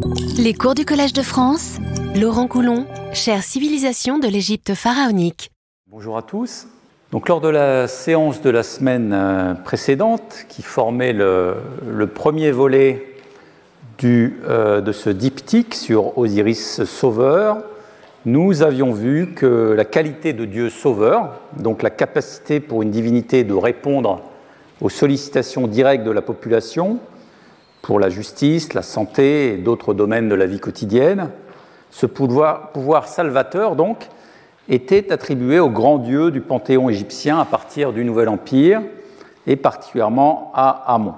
Les cours du Collège de France, Laurent Coulon, chère civilisation de l'Égypte pharaonique. Bonjour à tous. Donc, lors de la séance de la semaine précédente, qui formait le premier volet de ce diptyque sur Osiris Sauveur, nous avions vu que la qualité de Dieu Sauveur, donc la capacité pour une divinité de répondre aux sollicitations directes de la population, pour la justice, la santé et d'autres domaines de la vie quotidienne, ce pouvoir salvateur, donc, était attribué au grand dieu du panthéon égyptien à partir du Nouvel Empire, et particulièrement à Amon.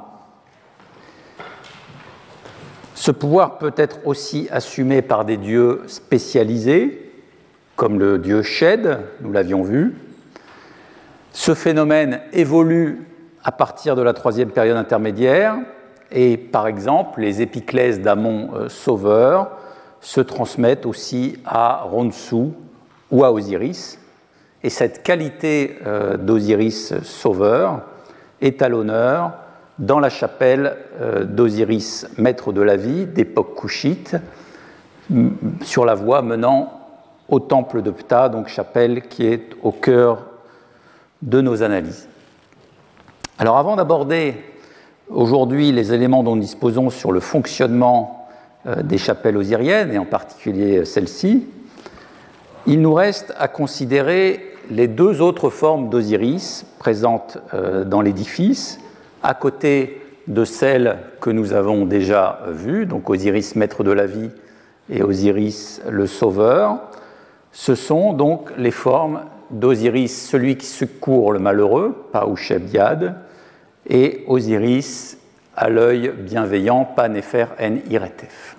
Ce pouvoir peut être aussi assumé par des dieux spécialisés, comme le dieu Shed, nous l'avions vu. Ce phénomène évolue à partir de la troisième période intermédiaire, et par exemple, les épiclèses d'Amon Sauveur se transmettent aussi à Ronsu ou à Osiris. Et cette qualité d'Osiris Sauveur est à l'honneur dans la chapelle d'Osiris, maître de la vie, d'époque couchite, sur la voie menant au temple de Ptah, donc chapelle qui est au cœur de nos analyses. Alors avant d'aborder aujourd'hui les éléments dont nous disposons sur le fonctionnement des chapelles osiriennes, et en particulier celle-ci, il nous reste à considérer les deux autres formes d'Osiris présentes dans l'édifice, à côté de celles que nous avons déjà vues, donc Osiris maître de la vie et Osiris le sauveur. Ce sont donc les formes d'Osiris, celui qui secourt le malheureux, Pa-Usheb-Yad, et Osiris à l'œil bienveillant, Pa-Nefer-En-Iretef.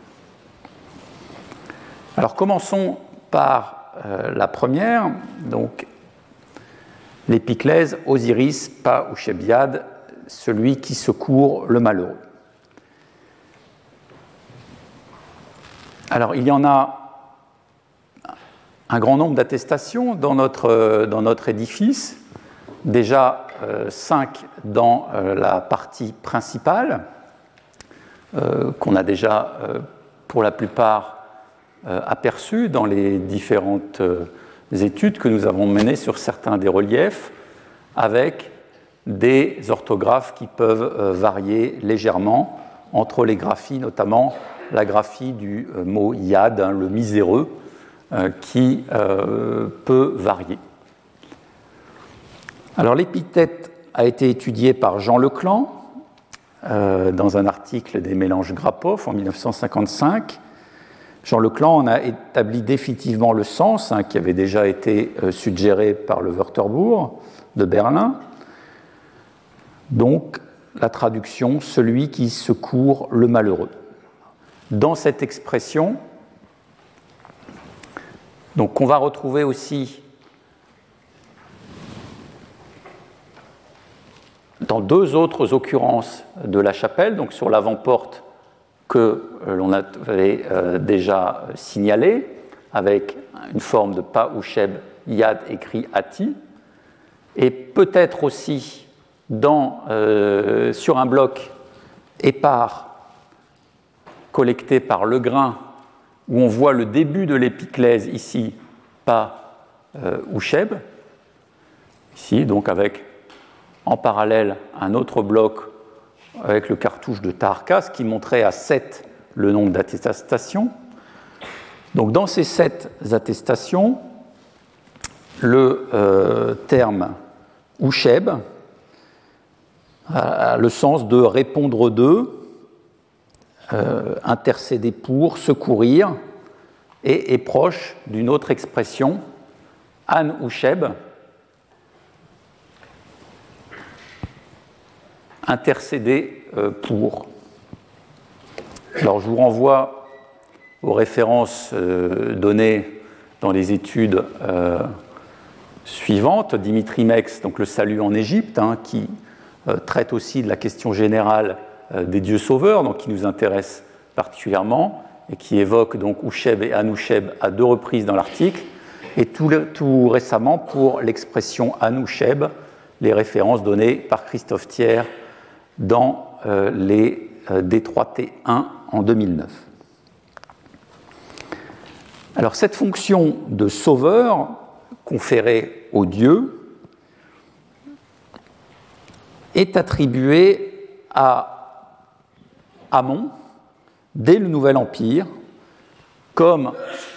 Alors commençons par la première, donc l'épiclèse Osiris Pa-Usheb-Yad, celui qui secourt le malheureux. Alors il y en a un grand nombre d'attestations dans notre édifice, déjà 5 dans la partie principale, qu'on a déjà pour la plupart aperçues dans les différentes études que nous avons menées sur certains des reliefs, avec des orthographes qui peuvent varier légèrement entre les graphies, notamment la graphie du mot yad, le miséreux, qui peut varier. Alors l'épithète a été étudiée par Jean Leclan dans un article des Mélanges Grapov en 1955. Jean Leclan en a établi définitivement le sens, qui avait déjà été suggéré par le Wörterbuch de Berlin. Donc la traduction « celui qui secourt le malheureux ». Dans cette expression, donc on va retrouver aussi dans deux autres occurrences de la chapelle, donc sur l'avant-porte que l'on avait déjà signalé, avec une forme de Pa-Usheb-Yad écrit Ati, et peut-être aussi sur un bloc épars collecté par Legrain, où on voit le début de l'épiclèse ici, Pa-Usheb, ici, donc avec en parallèle un autre bloc avec le cartouche de Taharkas qui montrait à 7 le nombre d'attestations. Donc dans ces 7 attestations, le terme Usheb a le sens de répondre d'eux, intercéder pour, secourir, et est proche d'une autre expression, An Usheb, intercéder pour. Alors je vous renvoie aux références données dans les études suivantes. Dimitri Mex, donc le salut en Égypte, qui traite aussi de la question générale des dieux sauveurs, donc qui nous intéresse particulièrement, et qui évoque donc Usheb et Anusheb à 2 reprises dans l'article, et tout récemment pour l'expression Anusheb, les références données par Christophe Thiers dans les D3T1 en 2009. Alors cette fonction de sauveur conférée aux dieux est attribuée à Amon dès le Nouvel Empire comme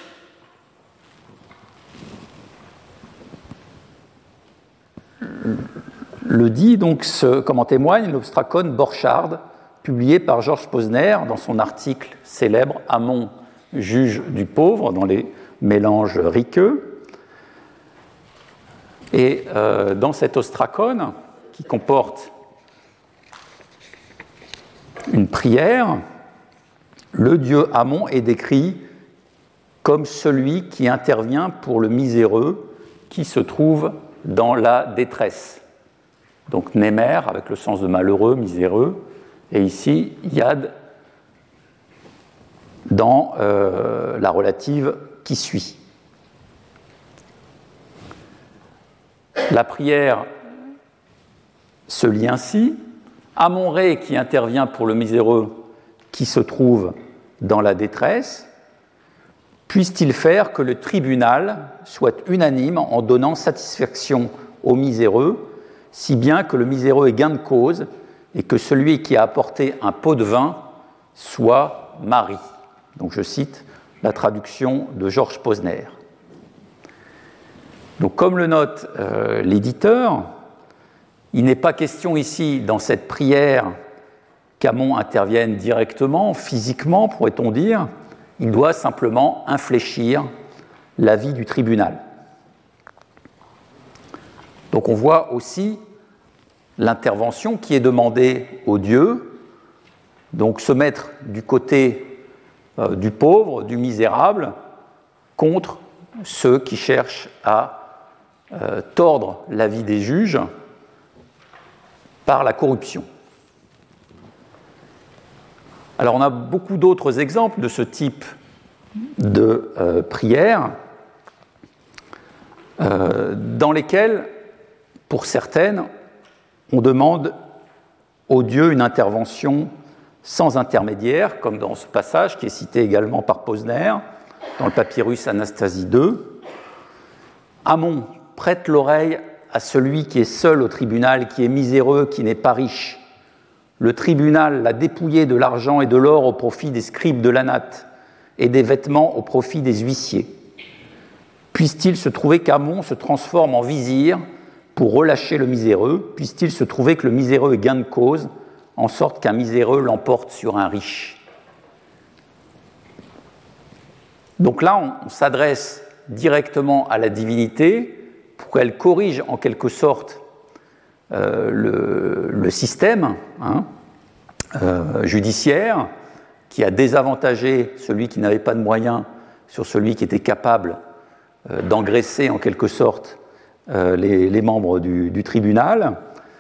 le dit donc comme en témoigne l'ostracon Borchardt, publié par Georges Posner dans son article célèbre Amon, juge du pauvre, dans les mélanges riqueux. Et dans cet ostracon, qui comporte une prière, le dieu Amon est décrit comme celui qui intervient pour le miséreux qui se trouve dans la détresse. Donc Némer, avec le sens de malheureux, miséreux, et ici Yad, dans la relative qui suit. La prière se lit ainsi: Amon-Ré qui intervient pour le miséreux qui se trouve dans la détresse, puisse-t-il faire que le tribunal soit unanime en donnant satisfaction au miséreux, si bien que le miséreux ait gain de cause et que celui qui a apporté un pot de vin soit mari. Donc je cite la traduction de Georges Posner. Donc comme le note l'éditeur, il n'est pas question ici, dans cette prière, qu'Amon intervienne directement, physiquement, pourrait-on dire. Il doit simplement infléchir l'avis du tribunal. Donc on voit aussi l'intervention qui est demandée aux dieux, donc se mettre du côté du pauvre, du misérable, contre ceux qui cherchent à tordre la vie des juges par la corruption. Alors on a beaucoup d'autres exemples de ce type de prière dans lesquelles, pour certaines, on demande aux dieux une intervention sans intermédiaire, comme dans ce passage qui est cité également par Posner, dans le papyrus Anastasie II. Amon prête l'oreille à celui qui est seul au tribunal, qui est miséreux, qui n'est pas riche. Le tribunal l'a dépouillé de l'argent et de l'or au profit des scribes de l'Anat et des vêtements au profit des huissiers. Puisse-t-il se trouver qu'Amon se transforme en vizir pour relâcher le miséreux? Puisse-t-il se trouver que le miséreux ait gain de cause, en sorte qu'un miséreux l'emporte sur un riche? Donc là, on s'adresse directement à la divinité pour qu'elle corrige en quelque sorte le système judiciaire qui a désavantagé celui qui n'avait pas de moyens sur celui qui était capable d'engraisser en quelque sorte les membres du tribunal.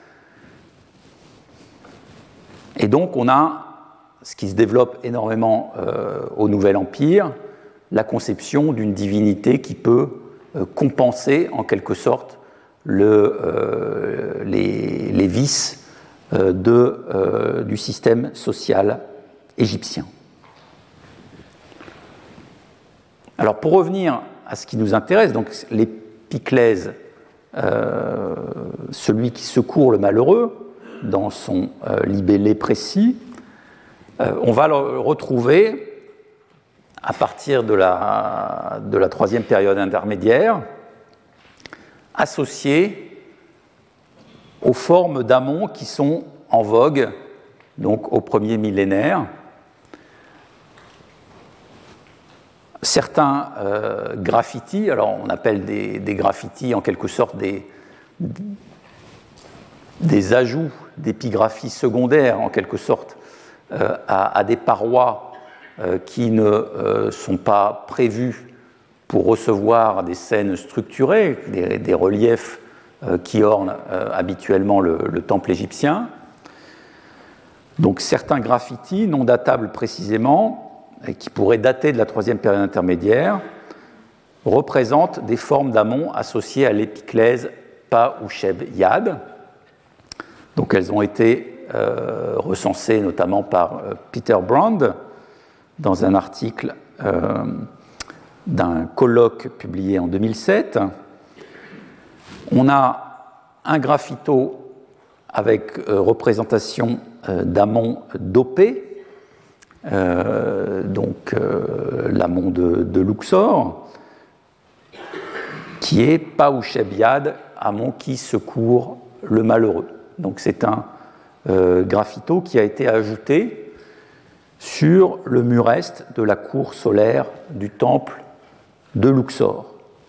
Et donc on a ce qui se développe énormément au Nouvel Empire, la conception d'une divinité qui peut compenser en quelque sorte les vices du système social égyptien. Alors pour revenir à ce qui nous intéresse, donc l'épiclèse, celui qui secourt le malheureux dans son libellé précis, on va le retrouver à partir de la troisième période intermédiaire, associé aux formes d'Amon qui sont en vogue donc au premier millénaire. Certains graffitis, alors on appelle des graffitis en quelque sorte des ajouts d'épigraphie secondaire en quelque sorte à des parois qui ne sont pas prévues pour recevoir des scènes structurées, des reliefs qui ornent habituellement le temple égyptien. Donc certains graffitis non datables précisément, et qui pourraient dater de la troisième période intermédiaire, représentent des formes d'Amon associées à l'épiclèse Pa ou Sheb Yad. Donc elles ont été recensées notamment par Peter Brand dans un article d'un colloque publié en 2007. On a un graffito avec représentation d'amont dopé, l'amont de Luxor, qui est Paoucheb-Yad, amont qui secourt le malheureux. Donc c'est un graffito qui a été ajouté sur le mur est de la cour solaire du temple de Luxor.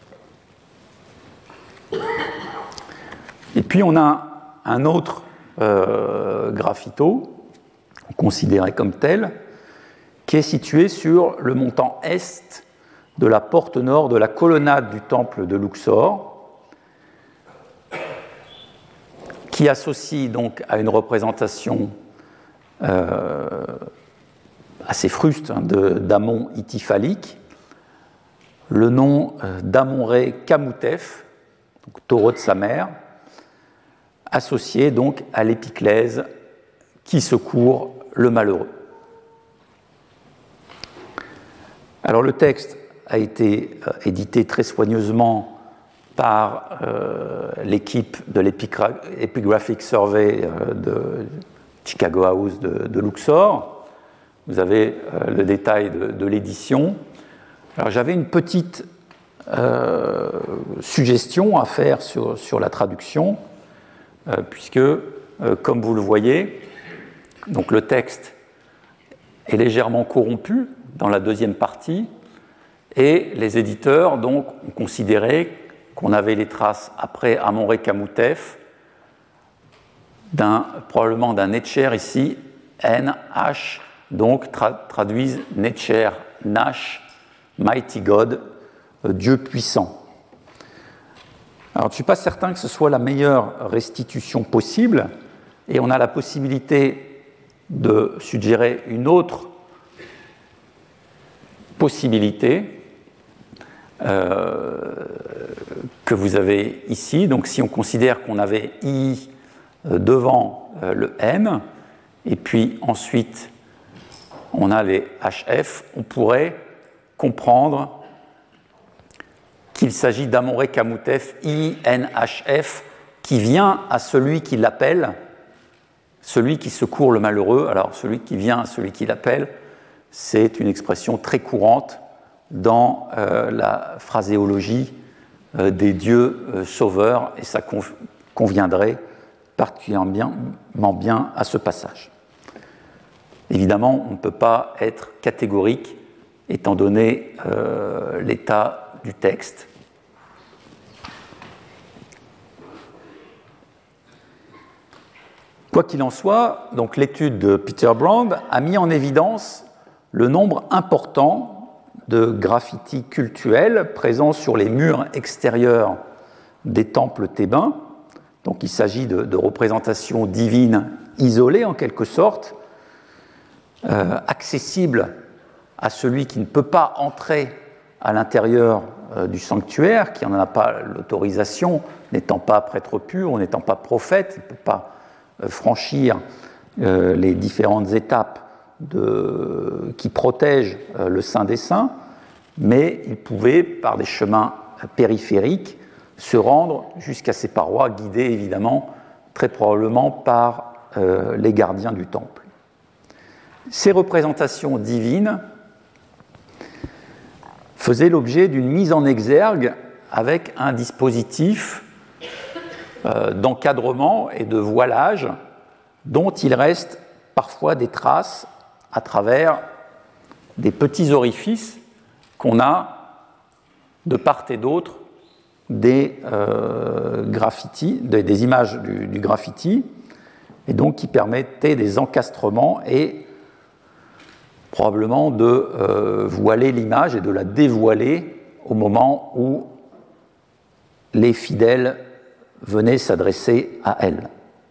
Et puis on a un autre graffito, considéré comme tel, qui est situé sur le montant est de la porte nord de la colonnade du temple de Luxor, qui associe donc à une représentation assez fruste d'Amon ityphalique le nom d'Amon-Ré Kamoutef, taureau de sa mère, associé donc à l'épiclèse qui secourt le malheureux. Alors le texte a été édité très soigneusement par l'équipe de l'Epigraphic Survey de Chicago House de Luxor. Vous avez le détail de l'édition. Alors j'avais une petite suggestion à faire sur la traduction, puisque, comme vous le voyez, donc le texte est légèrement corrompu dans la deuxième partie, et les éditeurs donc, ont considéré qu'on avait les traces après Amon-Ré Kamoutef, probablement d'un Netcher ici, N-H, donc traduisent Netcher, Nash, Mighty God, Dieu puissant. Alors, je ne suis pas certain que ce soit la meilleure restitution possible, et on a la possibilité de suggérer une autre possibilité que vous avez ici. Donc, si on considère qu'on avait I devant le N, et puis ensuite on a les HF, on pourrait comprendre qu'il s'agit d'Amon-Ré Kamoutef INHF qui vient à celui qui l'appelle, celui qui secourt le malheureux. Alors celui qui vient à celui qui l'appelle, c'est une expression très courante dans la phraséologie des dieux sauveurs, et ça conviendrait particulièrement bien à ce passage. Évidemment, on ne peut pas être catégorique étant donné l'état du texte. Quoi qu'il en soit, donc l'étude de Peter Brand a mis en évidence le nombre important de graffitis cultuels présents sur les murs extérieurs des temples thébains. Donc il s'agit de représentations divines isolées en quelque sorte, accessibles à celui qui ne peut pas entrer à l'intérieur du sanctuaire, qui n'en a pas l'autorisation, n'étant pas prêtre pur, n'étant pas prophète, il ne peut pas franchir les différentes étapes qui protègent le Saint des Saints, mais il pouvait, par des chemins périphériques, se rendre jusqu'à ces parois, guidées évidemment très probablement par les gardiens du temple. Ces représentations divines faisaient l'objet d'une mise en exergue avec un dispositif d'encadrement et de voilage dont il reste parfois des traces à travers des petits orifices qu'on a de part et d'autre des graffitis, des images du graffiti, et donc qui permettaient des encastrements et probablement de voiler l'image et de la dévoiler au moment où les fidèles venaient s'adresser à elle.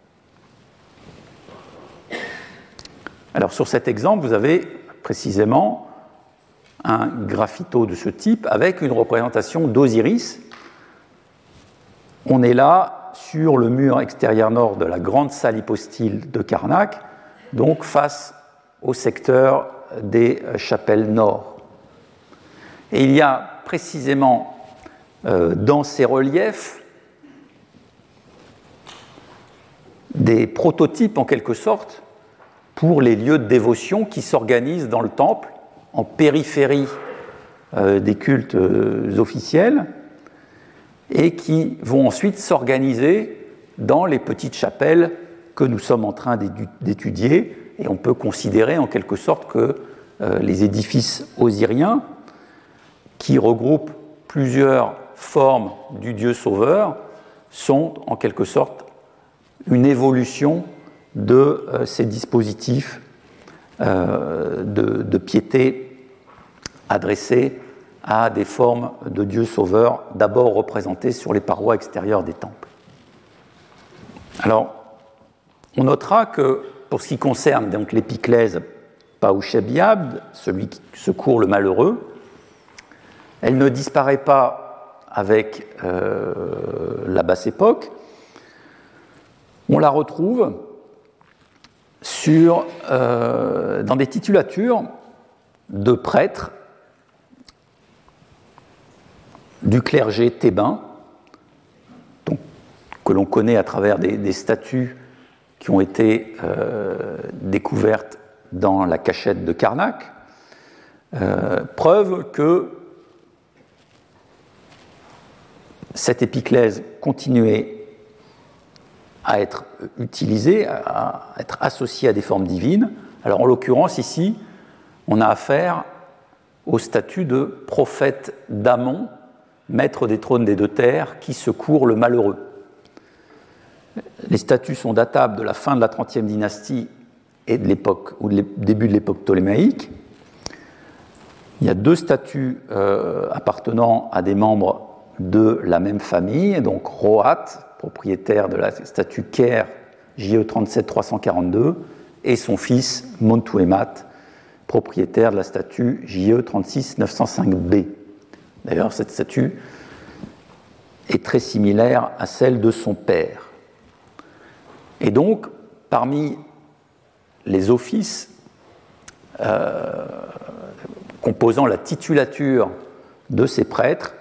Alors sur cet exemple, vous avez précisément un graffito de ce type avec une représentation d'Osiris. On est là sur le mur extérieur nord de la grande salle hypostyle de Karnak, donc face au secteur des chapelles nord. Et il y a précisément dans ces reliefs des prototypes en quelque sorte pour les lieux de dévotion qui s'organisent dans le temple en périphérie des cultes officiels et qui vont ensuite s'organiser dans les petites chapelles que nous sommes en train d'étudier. Et on peut considérer en quelque sorte que les édifices osiriens, qui regroupent plusieurs formes du Dieu sauveur, sont en quelque sorte une évolution de ces dispositifs de piété adressés à des formes de Dieu sauveur, d'abord représentées sur les parois extérieures des temples. Alors, on notera que pour ce qui concerne donc l'épiclèse Paouchebiab, celui qui secourt le malheureux, elle ne disparaît pas avec la basse époque. On la retrouve dans des titulatures de prêtres du clergé thébain, donc, que l'on connaît à travers des statues qui ont été découvertes dans la cachette de Karnak, preuve que cette épiclèse continuait à être utilisée, à être associée à des formes divines. Alors en l'occurrence ici, on a affaire au statut de prophète d'Amon, maître des trônes des deux terres, qui secourt le malheureux. Les statues sont datables de la fin de la 30e dynastie et de l'époque, ou du début de l'époque ptolémaïque. Il y a deux statues appartenant à des membres de la même famille, donc Roat, propriétaire de la statue Ker JE 37-342, et son fils Montuemat, propriétaire de la statue JE 36-905b. D'ailleurs, cette statue est très similaire à celle de son père. Et donc, parmi les offices composant la titulature de ces prêtres,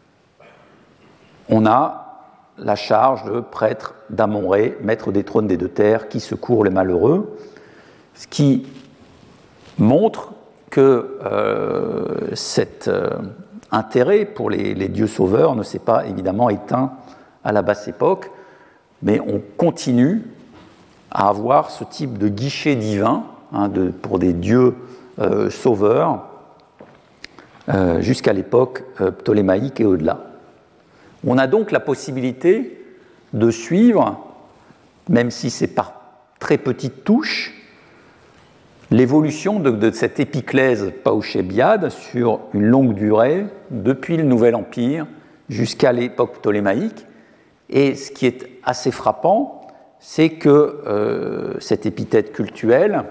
on a la charge de prêtre d'Amon-Ré, maître des trônes des deux terres, qui secourt les malheureux, ce qui montre que cet intérêt pour les dieux sauveurs ne s'est pas évidemment éteint à la basse époque, mais on continue à avoir ce type de guichet divin pour des dieux sauveurs jusqu'à l'époque ptolémaïque et au-delà. On a donc la possibilité de suivre, même si c'est par très petites touches, l'évolution de cette épiclèse paouchébiade sur une longue durée, depuis le Nouvel Empire jusqu'à l'époque ptolémaïque. Et ce qui est assez frappant, c'est que cette épithète cultuelle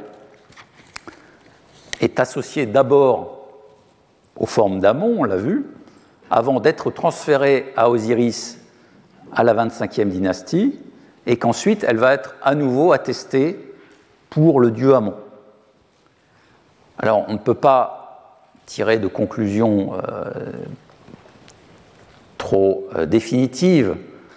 est associée d'abord aux formes d'Amon, on l'a vu, avant d'être transférée à Osiris à la 25e dynastie, et qu'ensuite elle va être à nouveau attestée pour le dieu Amon. Alors on ne peut pas tirer de conclusions trop définitives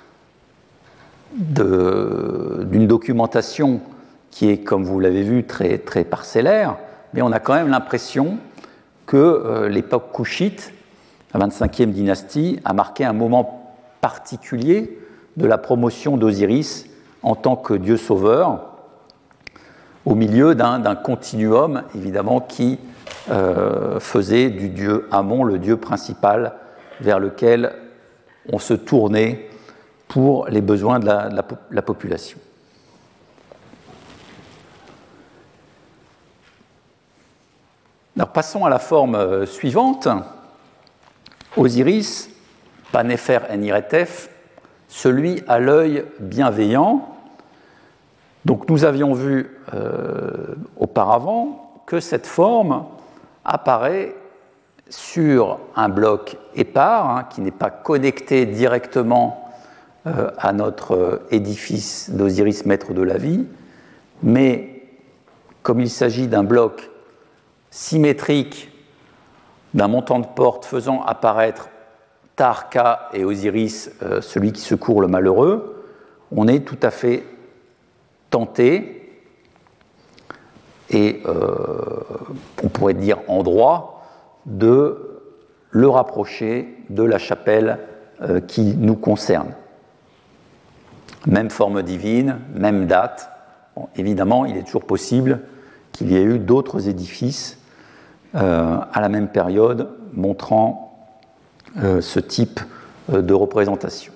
d'une documentation qui est, comme vous l'avez vu, très, très parcellaire, mais on a quand même l'impression que l'époque couchite, la 25e dynastie, a marqué un moment particulier de la promotion d'Osiris en tant que dieu sauveur, au milieu d'un continuum, évidemment, qui faisait du dieu Amon le dieu principal vers lequel on se tournait pour les besoins de la population. Alors passons à la forme suivante. Osiris, Panefer Enhiretef, celui à l'œil bienveillant. Donc nous avions vu auparavant que cette forme apparaît sur un bloc épars, qui n'est pas connecté directement à notre édifice d'Osiris, maître de la vie, mais comme il s'agit d'un bloc symétrique d'un montant de porte faisant apparaître Taharqa et Osiris, celui qui secourt le malheureux, on est tout à fait tenté, et on pourrait dire en droit, de le rapprocher de la chapelle qui nous concerne. Même forme divine, même date. Bon, évidemment, il est toujours possible qu'il y ait eu d'autres édifices à la même période montrant ce type de représentation.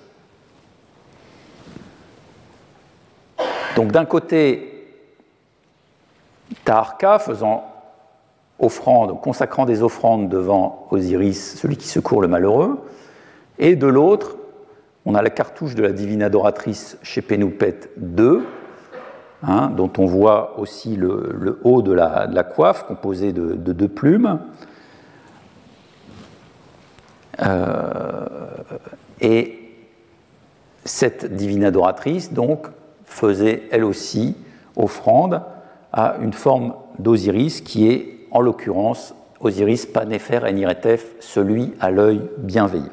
Donc d'un côté, Taharqa faisant offrande, consacrant des offrandes devant Osiris, celui qui secourt le malheureux, et de l'autre, on a la cartouche de la divine adoratrice chez Pénoupet II, dont on voit aussi le haut de la coiffe, composé de 2 plumes. Et cette divine adoratrice, donc, faisait elle aussi offrande à une forme d'Osiris qui est, en l'occurrence, Osiris Panéfer-Enirethef, celui à l'œil bienveillant.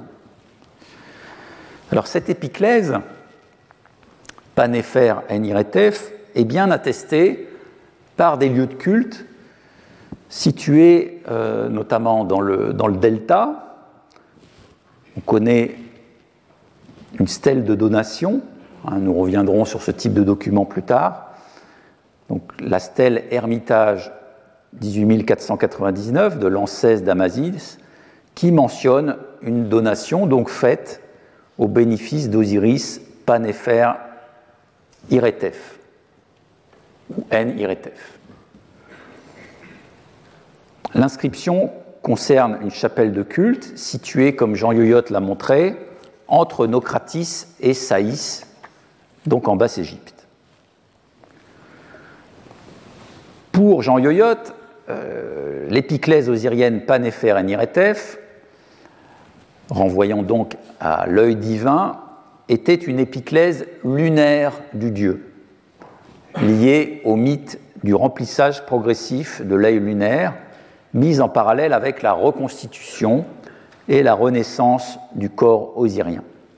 Alors cette épiclèse, Panéfer-Enirethef, est bien attestée par des lieux de culte situés notamment dans le delta. On connaît une stèle de donation, nous reviendrons sur ce type de document plus tard. Donc, la stèle Hermitage 18499 de l'Ancès d'Amasis, qui mentionne une donation donc faite au bénéfice d'Osiris Panéfer-Irethef, ou En-Irethef. L'inscription concerne une chapelle de culte située, comme Jean Yoyotte l'a montré, entre Nocratis et Saïs, donc en Basse-Égypte. Pour Jean Yoyotte, l'épiclèse osirienne Panéfer-Enirethef, renvoyant donc à l'œil divin, était une épiclèse lunaire du dieu, liée au mythe du remplissage progressif de l'œil lunaire, mise en parallèle avec la reconstitution et la renaissance du corps osirien.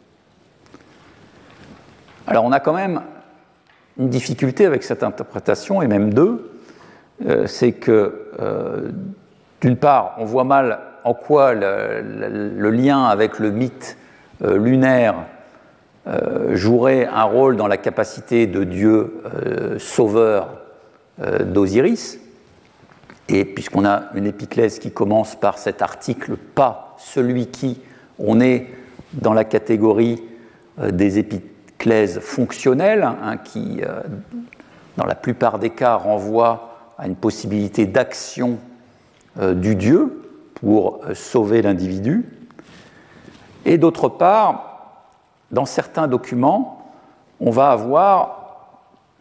Alors on a quand même une difficulté avec cette interprétation, et même deux, c'est que d'une part, on voit mal en quoi le lien avec le mythe lunaire jouerait un rôle dans la capacité de Dieu sauveur d'Osiris. Et puisqu'on a une épiclèse qui commence par cet article « pas celui qui », on est dans la catégorie des épiclèses fonctionnelles, qui, dans la plupart des cas, renvoient à une possibilité d'action du Dieu pour sauver l'individu. Et d'autre part, dans certains documents, on va avoir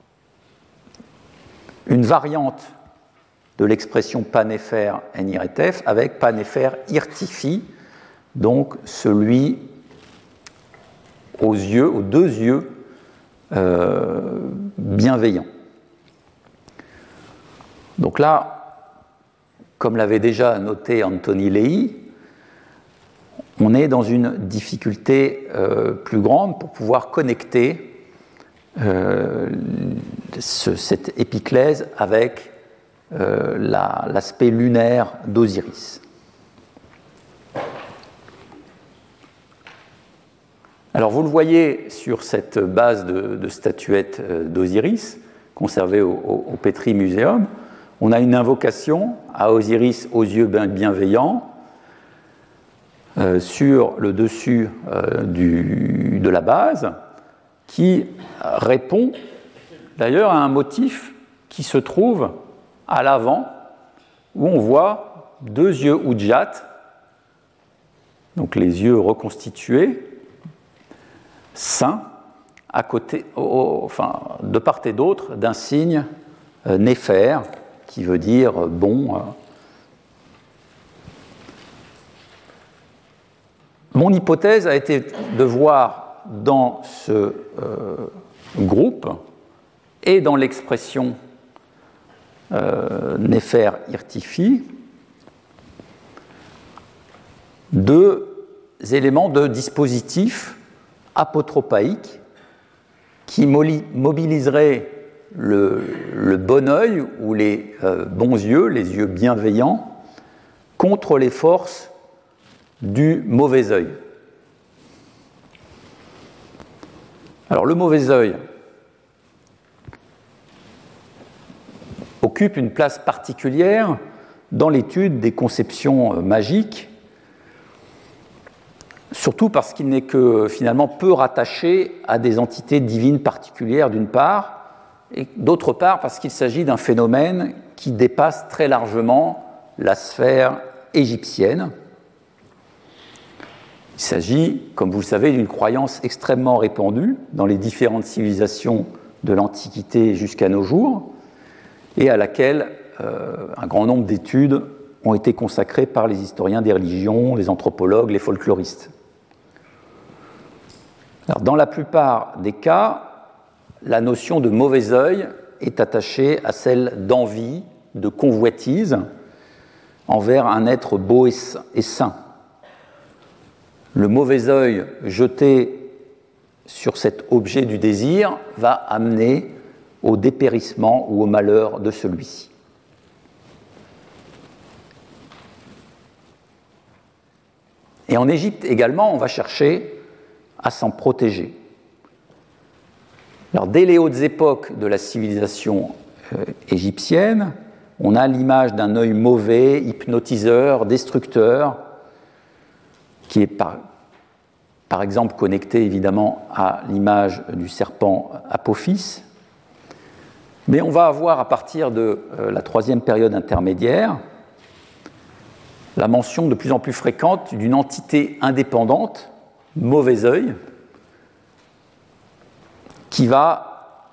une variante de l'expression Panéfer-Enirethef avec Panéfer-Irtifi, donc celui aux deux yeux bienveillants. Donc là, comme l'avait déjà noté Anthony Leigh, on est dans une difficulté plus grande pour pouvoir connecter cette épiclèse avec l'aspect lunaire d'Osiris. Alors vous le voyez sur cette base de statuettes d'Osiris, conservée au Petri Museum, on a une invocation à Osiris aux yeux bienveillants sur le dessus de la base, qui répond d'ailleurs à un motif qui se trouve à l'avant, où on voit deux yeux Ujjat, donc les yeux reconstitués, saints, à côté, de part et d'autre d'un signe Néfer, qui veut dire bon. Mon hypothèse a été de voir dans ce groupe et dans l'expression Néfer Irtifi deux éléments de dispositif apotropaïque qui mobiliseraient le bon œil ou les bons yeux, les yeux bienveillants, contre les forces du mauvais œil. Alors le mauvais œil occupe une place particulière dans l'étude des conceptions magiques, surtout parce qu'il n'est que finalement peu rattaché à des entités divines particulières d'une part, et d'autre part parce qu'il s'agit d'un phénomène qui dépasse très largement la sphère égyptienne. Il s'agit, comme vous le savez, d'une croyance extrêmement répandue dans les différentes civilisations de l'Antiquité jusqu'à nos jours, et à laquelle un grand nombre d'études ont été consacrées par les historiens des religions, les anthropologues, les folkloristes. Alors, dans la plupart des cas, la notion de mauvais œil est attachée à celle d'envie, de convoitise envers un être beau et saint. Le mauvais œil jeté sur cet objet du désir va amener au dépérissement ou au malheur de celui-ci. Et en Égypte également, on va chercher à s'en protéger. Alors, dès les hautes époques de la civilisation égyptienne, on a l'image d'un œil mauvais, hypnotiseur, destructeur, qui est par exemple connecté évidemment à l'image du serpent Apophis. Mais on va avoir à partir de la troisième période intermédiaire la mention de plus en plus fréquente d'une entité indépendante, mauvais œil, qui va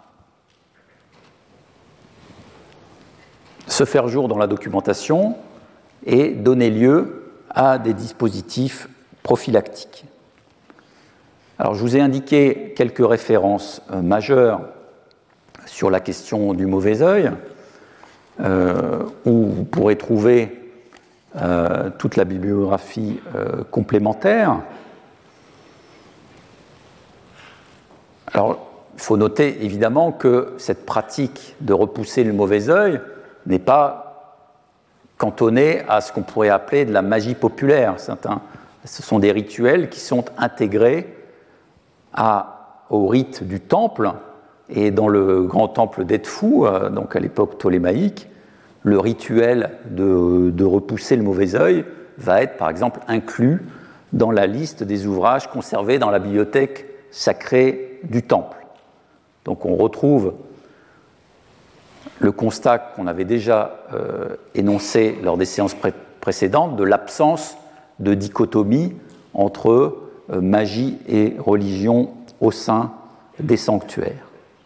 se faire jour dans la documentation et donner lieu à des dispositifs prophylactiques. Alors, je vous ai indiqué quelques références majeures sur la question du mauvais œil, où vous pourrez trouver toute la bibliographie complémentaire. Alors, il faut noter évidemment que cette pratique de repousser le mauvais œil n'est pas cantonnée à ce qu'on pourrait appeler de la magie populaire. Ce sont des rituels qui sont intégrés au rite du temple, et dans le grand temple d'Edfou, donc à l'époque ptolémaïque, le rituel de repousser le mauvais œil va être par exemple inclus dans la liste des ouvrages conservés dans la bibliothèque sacrée du temple. Donc on retrouve le constat qu'on avait déjà énoncé lors des séances précédentes de l'absence de dichotomie entre magie et religion au sein des sanctuaires.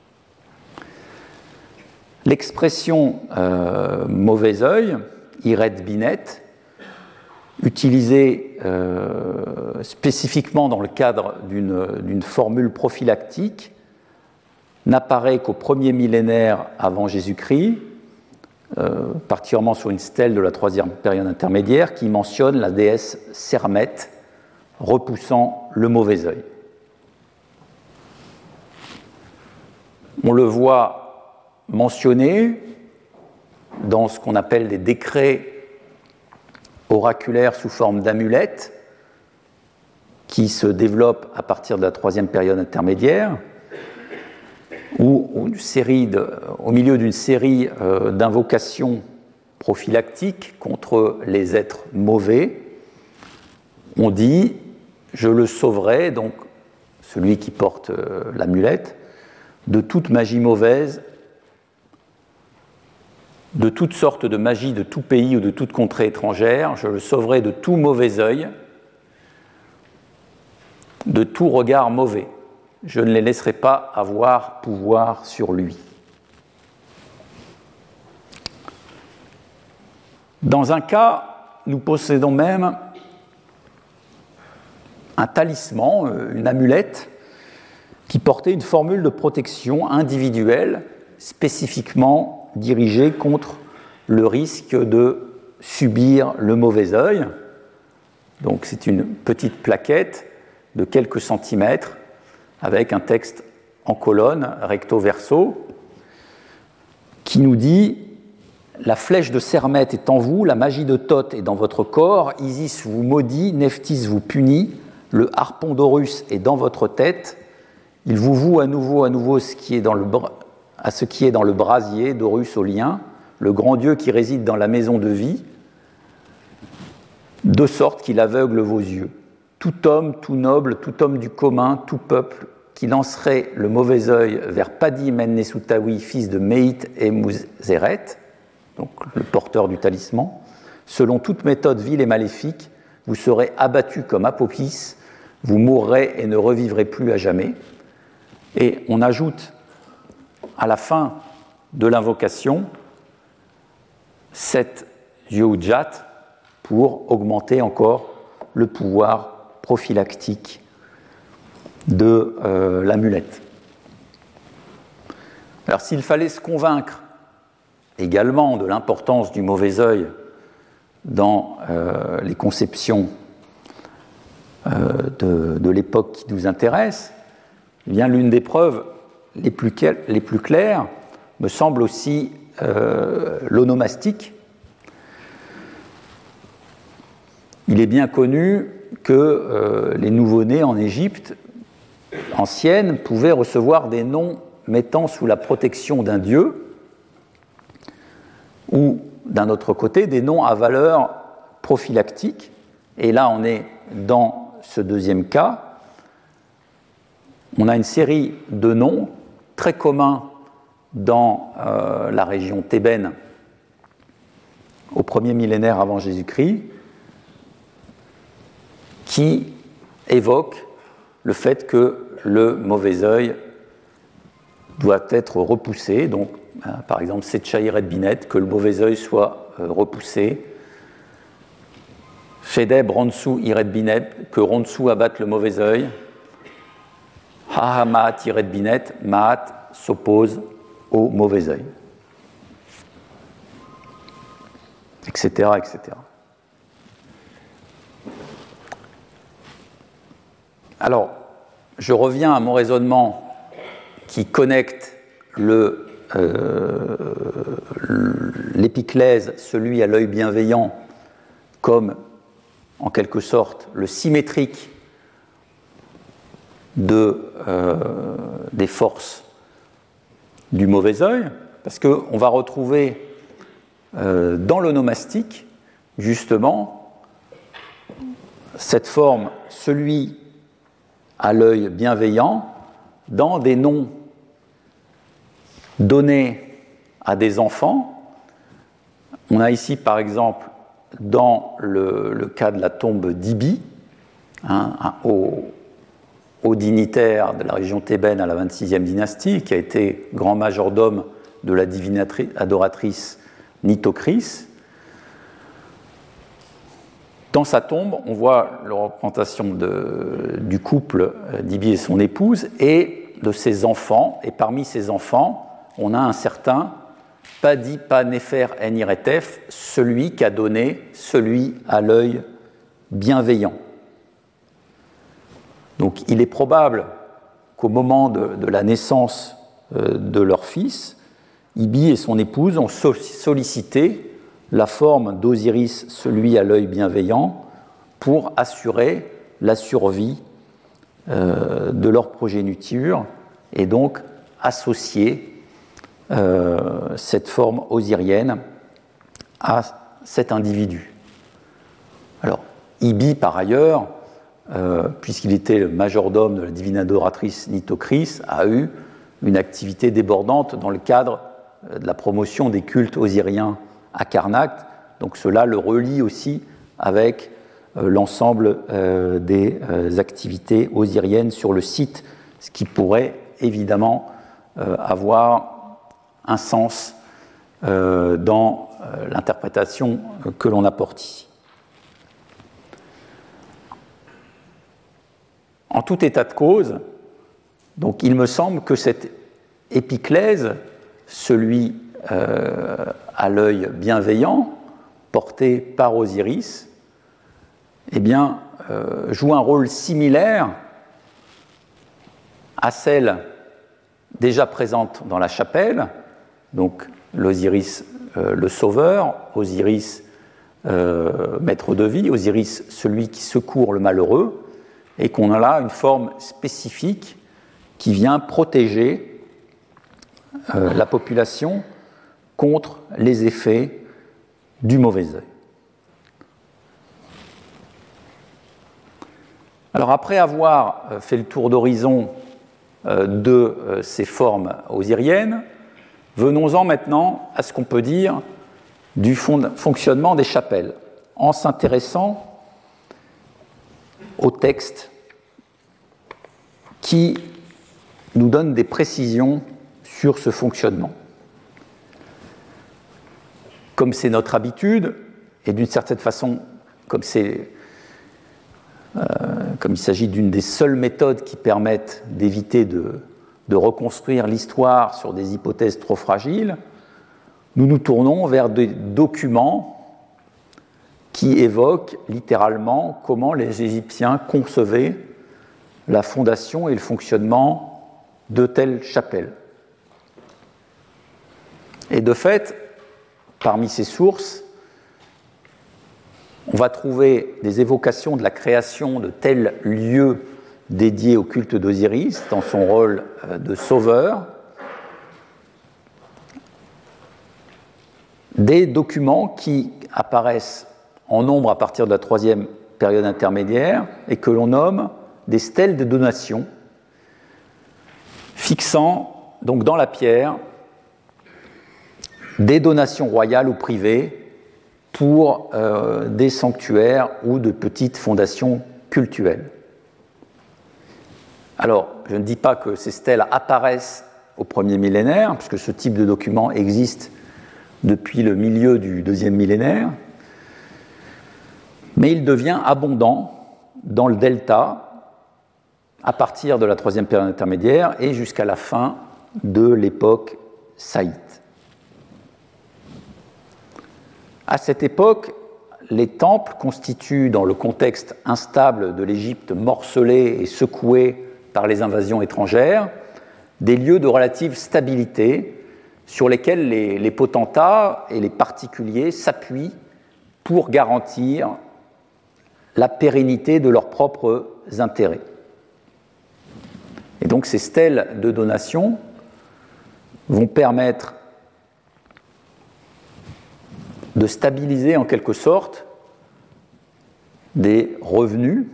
L'expression mauvais œil, iret binet, utilisée spécifiquement dans le cadre d'une formule prophylactique, n'apparaît qu'au premier millénaire avant Jésus-Christ, particulièrement sur une stèle de la troisième période intermédiaire qui mentionne la déesse Sermet repoussant le mauvais œil. On le voit mentionné dans ce qu'on appelle des décrets oraculaires sous forme d'amulettes qui se développent à partir de la troisième période intermédiaire, où au milieu d'une série d'invocations prophylactiques contre les êtres mauvais, on dit « je le sauverai », donc celui qui porte l'amulette, de toute magie mauvaise, de toutes sortes de magie de tout pays ou de toute contrée étrangère, je le sauverai de tout mauvais œil, de tout regard mauvais. Je ne les laisserai pas avoir pouvoir sur lui. Dans un cas, nous possédons même un talisman, une amulette, qui portait une formule de protection individuelle spécifiquement dirigée contre le risque de subir le mauvais œil. Donc c'est une petite plaquette de quelques centimètres avec un texte en colonne, recto verso, qui nous dit « La flèche de Sermet est en vous, la magie de Thoth est dans votre corps, Isis vous maudit, Nephthys vous punit, le harpon d'Horus est dans votre tête, il vous voue à nouveau ce qui est dans le brasier d'Horus au lien, le grand Dieu qui réside dans la maison de vie, de sorte qu'il aveugle vos yeux. Tout homme, tout noble, tout homme du commun, tout peuple, qui lancerait le mauvais œil vers Padi Men-Nesutawi, fils de Méit et Mouzeret, donc le porteur du talisman, selon toute méthode vile et maléfique, vous serez abattu comme Apopis, vous mourrez et ne revivrez plus à jamais. Et on ajoute à la fin de l'invocation cette Yehudjat pour augmenter encore le pouvoir prophylactique de l'amulette. Alors s'il fallait se convaincre également de l'importance du mauvais œil dans les conceptions de l'époque qui nous intéresse, eh bien, l'une des preuves les plus claires me semble aussi l'onomastique. Il est bien connu que les nouveau-nés en Égypte ancienne pouvaient recevoir des noms mettant sous la protection d'un dieu, ou d'un autre côté des noms à valeur prophylactique. Et là on est dans ce deuxième cas. On a une série de noms très communs dans la région thébaine au 1er millénaire avant Jésus-Christ, qui évoquent le fait que le mauvais œil doit être repoussé. Donc, par exemple, Setchaïret Binet, que le mauvais œil soit repoussé. Shedeb Ronsou Iret Binet, que Ronsou abatte le mauvais œil. Hahamat Iret Binet, Maat s'oppose au mauvais œil. Etc., etc. Alors, je reviens à mon raisonnement qui connecte l'épiclèse, celui à l'œil bienveillant, comme en quelque sorte le symétrique des forces du mauvais œil, parce qu'on va retrouver dans l'onomastique justement cette forme, celui à l'œil bienveillant, dans des noms donnés à des enfants. On a ici par exemple dans le cas de la tombe d'Ibi, un haut dignitaire de la région thébaine à la 26e dynastie, qui a été grand majordome de la divine adoratrice Nitocris. Dans sa tombe, on voit la représentation du couple d'Ibi et son épouse et de ses enfants. Et parmi ces enfants, on a un certain Padi Pa Nefer En Iretef, celui qu'a donné celui à l'œil bienveillant. Donc il est probable qu'au moment de la naissance de leur fils, Ibi et son épouse ont sollicité la forme d'Osiris, celui à l'œil bienveillant, pour assurer la survie de leur progéniture et donc associer cette forme osirienne à cet individu. Alors, Ibi, par ailleurs, puisqu'il était le majordome de la divine adoratrice Nitocris, a eu une activité débordante dans le cadre de la promotion des cultes osiriens à Karnak, donc cela le relie aussi avec l'ensemble des activités osiriennes sur le site, ce qui pourrait évidemment avoir un sens dans l'interprétation que l'on apporte ici. En tout état de cause, donc il me semble que cette épiclèse, celui à l'œil bienveillant, porté par Osiris, eh bien, joue un rôle similaire à celle déjà présente dans la chapelle, donc l'Osiris le sauveur, Osiris maître de vie, Osiris celui qui secourt le malheureux, et qu'on a là une forme spécifique qui vient protéger la population contre les effets du mauvais œil. Alors après avoir fait le tour d'horizon de ces formes osiriennes, venons-en maintenant à ce qu'on peut dire du fonctionnement des chapelles, en s'intéressant au texte qui nous donne des précisions sur ce fonctionnement. Comme c'est notre habitude, et d'une certaine façon, comme il s'agit d'une des seules méthodes qui permettent d'éviter de reconstruire l'histoire sur des hypothèses trop fragiles, nous nous tournons vers des documents qui évoquent littéralement comment les Égyptiens concevaient la fondation et le fonctionnement de telles chapelles. Et de fait, parmi ces sources, on va trouver des évocations de la création de tels lieux dédiés au culte d'Osiris dans son rôle de sauveur, des documents qui apparaissent en nombre à partir de la troisième période intermédiaire et que l'on nomme des stèles de donation, fixant donc dans la pierre des donations royales ou privées pour des sanctuaires ou de petites fondations cultuelles. Alors, je ne dis pas que ces stèles apparaissent au premier millénaire, puisque ce type de document existe depuis le milieu du deuxième millénaire, mais il devient abondant dans le delta à partir de la troisième période intermédiaire et jusqu'à la fin de l'époque saïte. À cette époque, les temples constituent, dans le contexte instable de l'Égypte morcelée et secouée par les invasions étrangères, des lieux de relative stabilité sur lesquels les potentats et les particuliers s'appuient pour garantir la pérennité de leurs propres intérêts. Et donc ces stèles de donation vont permettre de stabiliser en quelque sorte des revenus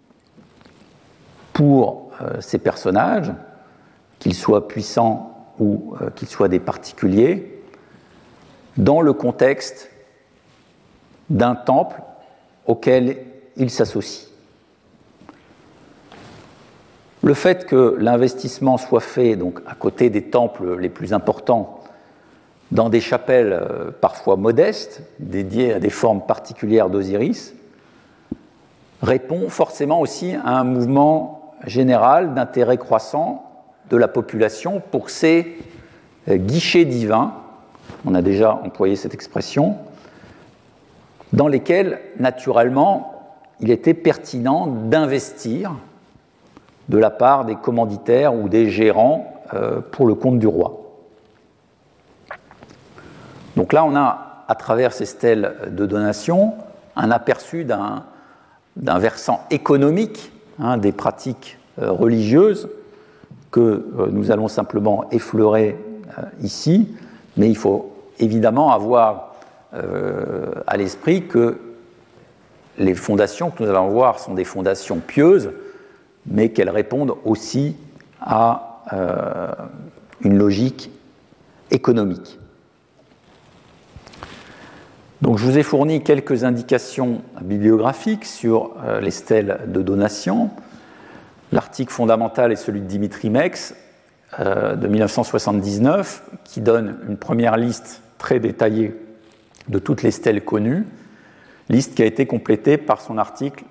pour ces personnages, qu'ils soient puissants ou qu'ils soient des particuliers, dans le contexte d'un temple auquel ils s'associent. Le fait que l'investissement soit fait donc, à côté des temples les plus importants, dans des chapelles parfois modestes, dédiées à des formes particulières d'Osiris, répond forcément aussi à un mouvement général d'intérêt croissant de la population pour ces guichets divins, on a déjà employé cette expression, dans lesquels, naturellement, il était pertinent d'investir de la part des commanditaires ou des gérants pour le compte du roi. Donc là, on a, à travers ces stèles de donation, un aperçu d'un versant économique des pratiques religieuses que nous allons simplement effleurer ici, mais il faut évidemment avoir à l'esprit que les fondations que nous allons voir sont des fondations pieuses, mais qu'elles répondent aussi à une logique économique. Donc, je vous ai fourni quelques indications bibliographiques sur les stèles de donation. L'article fondamental est celui de Dimitri Mex de 1979, qui donne une première liste très détaillée de toutes les stèles connues, liste qui a été complétée par son article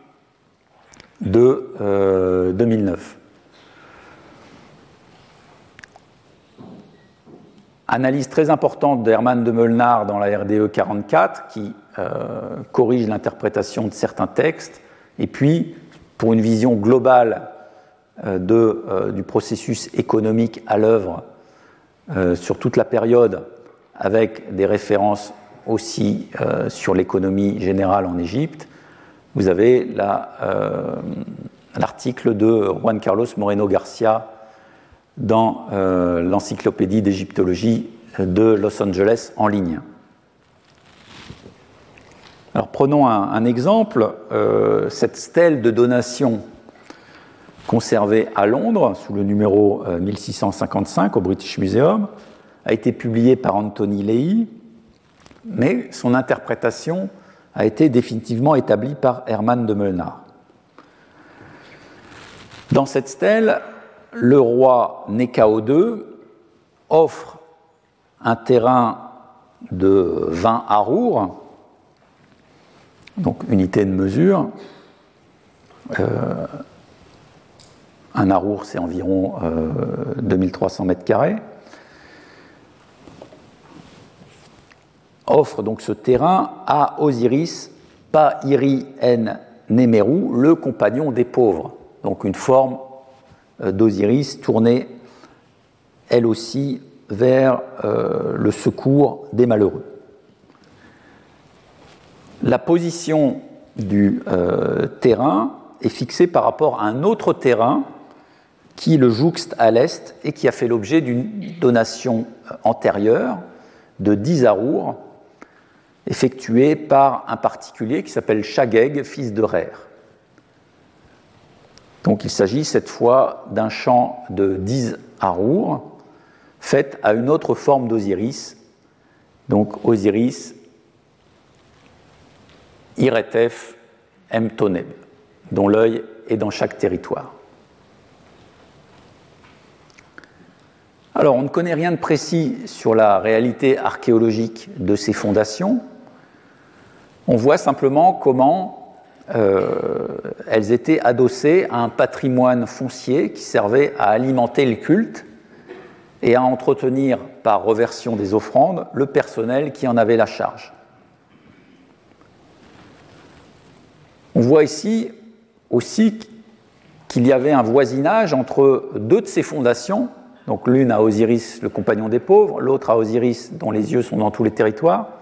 de 2009. Analyse très importante d'Hermann de Molnar dans la RDE 44 qui corrige l'interprétation de certains textes Et puis, pour une vision globale du processus économique à l'œuvre sur toute la période, avec des références aussi sur l'économie générale en Égypte, vous avez l'article de Juan Carlos Moreno Garcia dans l'encyclopédie d'égyptologie de Los Angeles en ligne. Alors prenons un exemple, cette stèle de donation conservée à Londres sous le numéro 1655 au British Museum a été publiée par Anthony Leigh, mais son interprétation a été définitivement établie par Herman de Meulenaar. Dans cette stèle, le roi Néchao II offre un terrain de 20 arours, donc unité de mesure. Un arour, c'est environ 2300 mètres carrés. Offre donc ce terrain à Osiris Pa-iri-en-Némérou, le compagnon des pauvres. Donc une forme d'Osiris tournée, elle aussi, vers le secours des malheureux. La position du terrain est fixée par rapport à un autre terrain qui le jouxte à l'est et qui a fait l'objet d'une donation antérieure de 10 arours effectuée par un particulier qui s'appelle Shageg, fils de Rer. Donc il s'agit cette fois d'un chant de 10 arours fait à une autre forme d'Osiris, donc Osiris Iretef Mtoneb, dont l'œil est dans chaque territoire. Alors, on ne connaît rien de précis sur la réalité archéologique de ces fondations. On voit simplement comment elles étaient adossées à un patrimoine foncier qui servait à alimenter le culte et à entretenir, par reversion des offrandes, le personnel qui en avait la charge. On voit ici aussi qu'il y avait un voisinage entre deux de ces fondations, donc l'une à Osiris, le compagnon des pauvres, l'autre à Osiris, dont les yeux sont dans tous les territoires.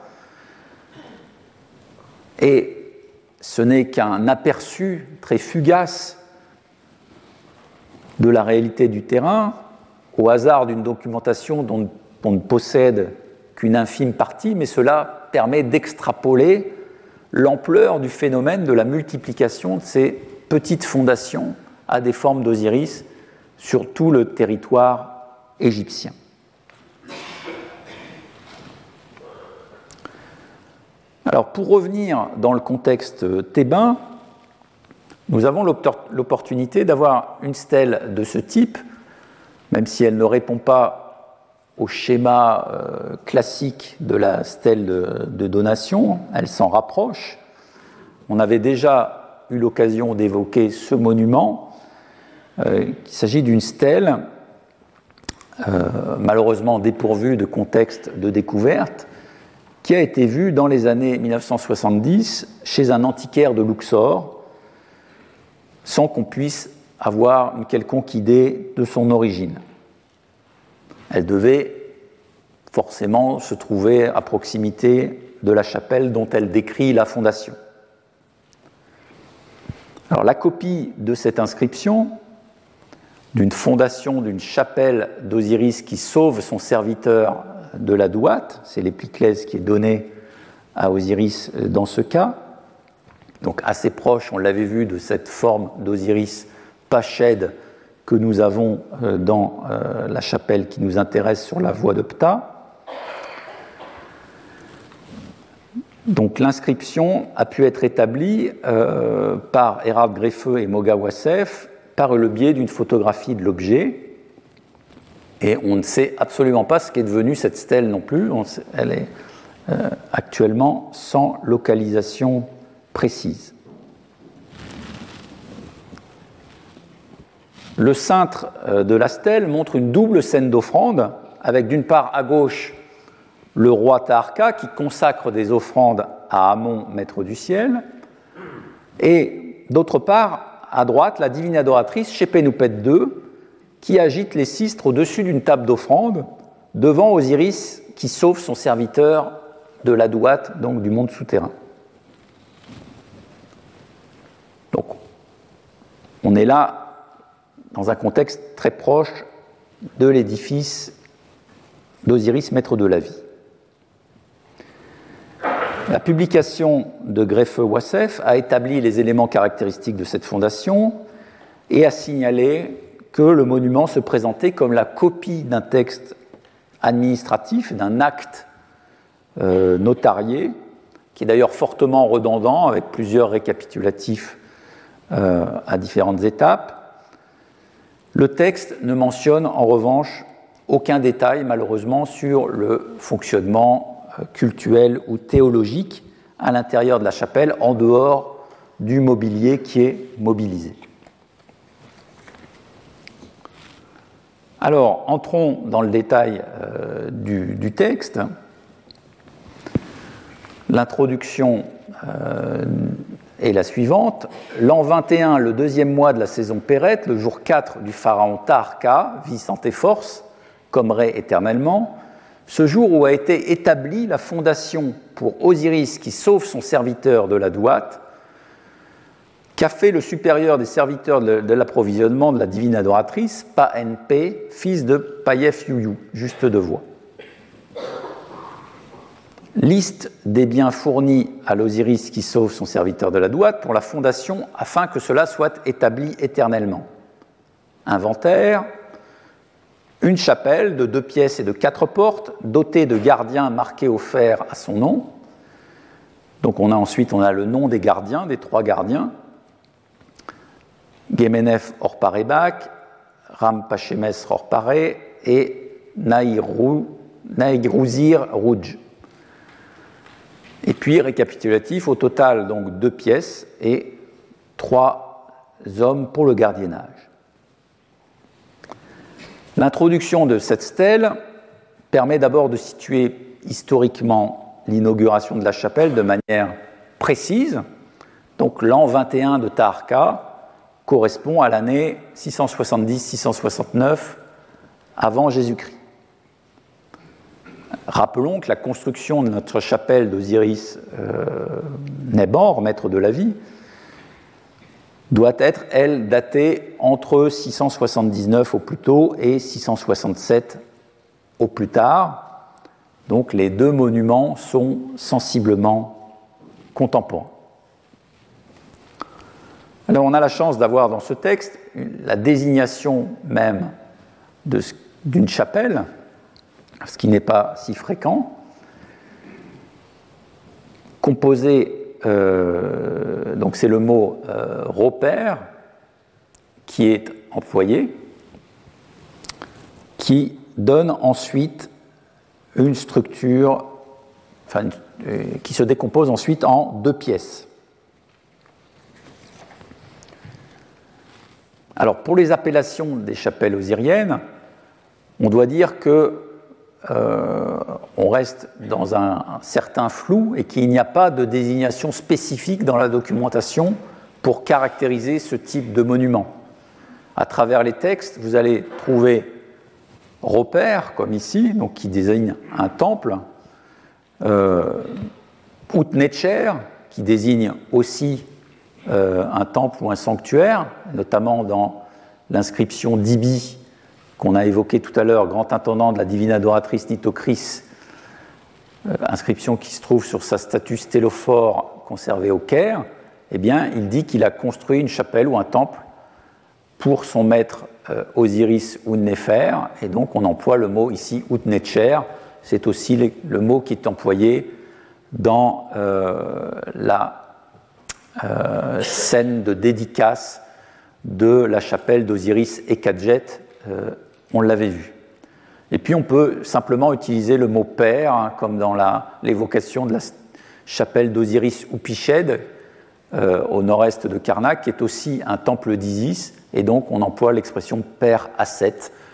Et ce n'est qu'un aperçu très fugace de la réalité du terrain, au hasard d'une documentation dont on ne possède qu'une infime partie, mais cela permet d'extrapoler l'ampleur du phénomène de la multiplication de ces petites fondations à des formes d'Osiris sur tout le territoire égyptien. Alors, pour revenir dans le contexte thébain, nous avons l'opportunité d'avoir une stèle de ce type, même si elle ne répond pas au schéma classique de la stèle de donation, elle s'en rapproche. On avait déjà eu l'occasion d'évoquer ce monument. Il s'agit d'une stèle, malheureusement dépourvue de contexte de découverte, qui a été vue dans les années 1970 chez un antiquaire de Luxor, sans qu'on puisse avoir une quelconque idée de son origine. Elle devait forcément se trouver à proximité de la chapelle dont elle décrit la fondation. Alors, la copie de cette inscription, d'une fondation d'une chapelle d'Osiris qui sauve son serviteur de la douate, c'est l'épiclèse qui est donnée à Osiris dans ce cas, donc assez proche, on l'avait vu, de cette forme d'Osiris Pached que nous avons dans la chapelle qui nous intéresse sur la voie de Ptah. Donc l'inscription a pu être établie par Erhard Greffeux et Moga Wassef par le biais d'une photographie de l'objet. Et on ne sait absolument pas ce qu'est devenu cette stèle non plus. Elle est actuellement sans localisation précise. Le cintre de la stèle montre une double scène d'offrande, avec d'une part à gauche le roi Taharqa qui consacre des offrandes à Amon, maître du ciel, et d'autre part, à droite, la divine adoratrice Shepenupet II, qui agite les cistres au-dessus d'une table d'offrande, devant Osiris qui sauve son serviteur de la Douat, donc du monde souterrain. Donc, on est là dans un contexte très proche de l'édifice d'Osiris, maître de la vie. La publication de Greffeux-Wassef a établi les éléments caractéristiques de cette fondation et a signalé que le monument se présentait comme la copie d'un texte administratif, d'un acte notarié, qui est d'ailleurs fortement redondant, avec plusieurs récapitulatifs à différentes étapes. Le texte ne mentionne en revanche aucun détail, malheureusement, sur le fonctionnement cultuel ou théologique à l'intérieur de la chapelle, en dehors du mobilier qui est mobilisé. Alors, entrons dans le détail du texte. L'introduction est la suivante. L'an 21, le deuxième mois de la saison Pérette, le jour 4 du pharaon Taharka, vie, santé, force, comme Ré éternellement, ce jour où a été établie la fondation pour Osiris qui sauve son serviteur de la Douat, qu'a fait le supérieur des serviteurs de l'approvisionnement de la divine adoratrice, Pa-NP, fils de Payef Yuyu, juste de voix. Liste des biens fournis à l'Osiris qui sauve son serviteur de la Douat pour la fondation afin que cela soit établi éternellement. Inventaire. Une chapelle de 2 pièces et de 4 portes, dotée de gardiens marqués au fer à son nom. Donc ensuite on a le nom des gardiens, des 3 gardiens. Gemenef Orparebak, Rampachemes Orpare et Naïgrouzir Rouj. Et puis récapitulatif, au total donc 2 pièces et 3 hommes pour le gardiennage. L'introduction de cette stèle permet d'abord de situer historiquement l'inauguration de la chapelle de manière précise. Donc l'an 21 de Taharka correspond à l'année 670-669 avant Jésus-Christ. Rappelons que la construction de notre chapelle d'Osiris Nebor, maître de la vie, doit être, elle, datée entre 679 au plus tôt et 667 au plus tard. Donc les 2 monuments sont sensiblement contemporains. Alors on a la chance d'avoir dans ce texte la désignation même d'une chapelle, ce qui n'est pas si fréquent, composée. Donc c'est le mot repère qui est employé, qui donne ensuite une structure, qui se décompose ensuite en 2 pièces. Alors pour les appellations des chapelles osiriennes, on doit dire que on reste dans un certain flou et qu'il n'y a pas de désignation spécifique dans la documentation pour caractériser ce type de monument. À travers les textes, vous allez trouver repère, comme ici, donc qui désigne un temple, Utnecher, qui désigne aussi un temple ou un sanctuaire, notamment dans l'inscription d'Ibi, qu'on a évoqué tout à l'heure, grand intendant de la divine adoratrice Nitocris, inscription qui se trouve sur sa statue stélophore conservée au Caire, eh bien, il dit qu'il a construit une chapelle ou un temple pour son maître Osiris Utnefer, et donc on emploie le mot ici Utnecher, c'est aussi le mot qui est employé dans la scène de dédicace de la chapelle d'Osiris Ekadjet, on l'avait vu. Et puis on peut simplement utiliser le mot père, comme dans l'évocation de la chapelle d'Osiris Upiched, au nord-est de Karnak, qui est aussi un temple d'Isis, et donc on emploie l'expression père Asset.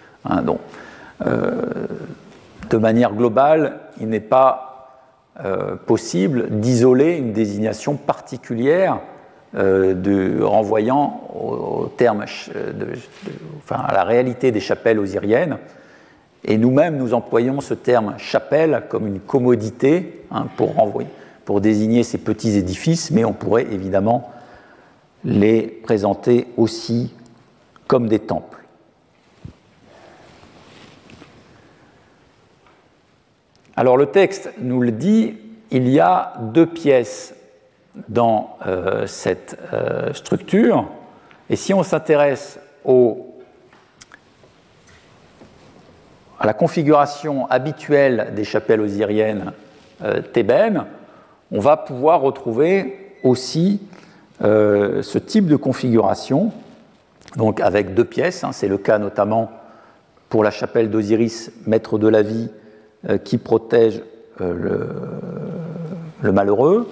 De manière globale, il n'est pas possible d'isoler une désignation particulière renvoyant au terme à la réalité des chapelles osiriennes. Et nous-mêmes, nous employons ce terme chapelle comme une commodité pour désigner ces petits édifices, mais on pourrait évidemment les présenter aussi comme des temples. Alors le texte nous le dit, il y a 2 pièces dans cette structure, et si on s'intéresse à la configuration habituelle des chapelles osiriennes thébaines, on va pouvoir retrouver aussi ce type de configuration, donc avec 2 pièces, c'est le cas notamment pour la chapelle d'Osiris, maître de la vie, qui protège le malheureux.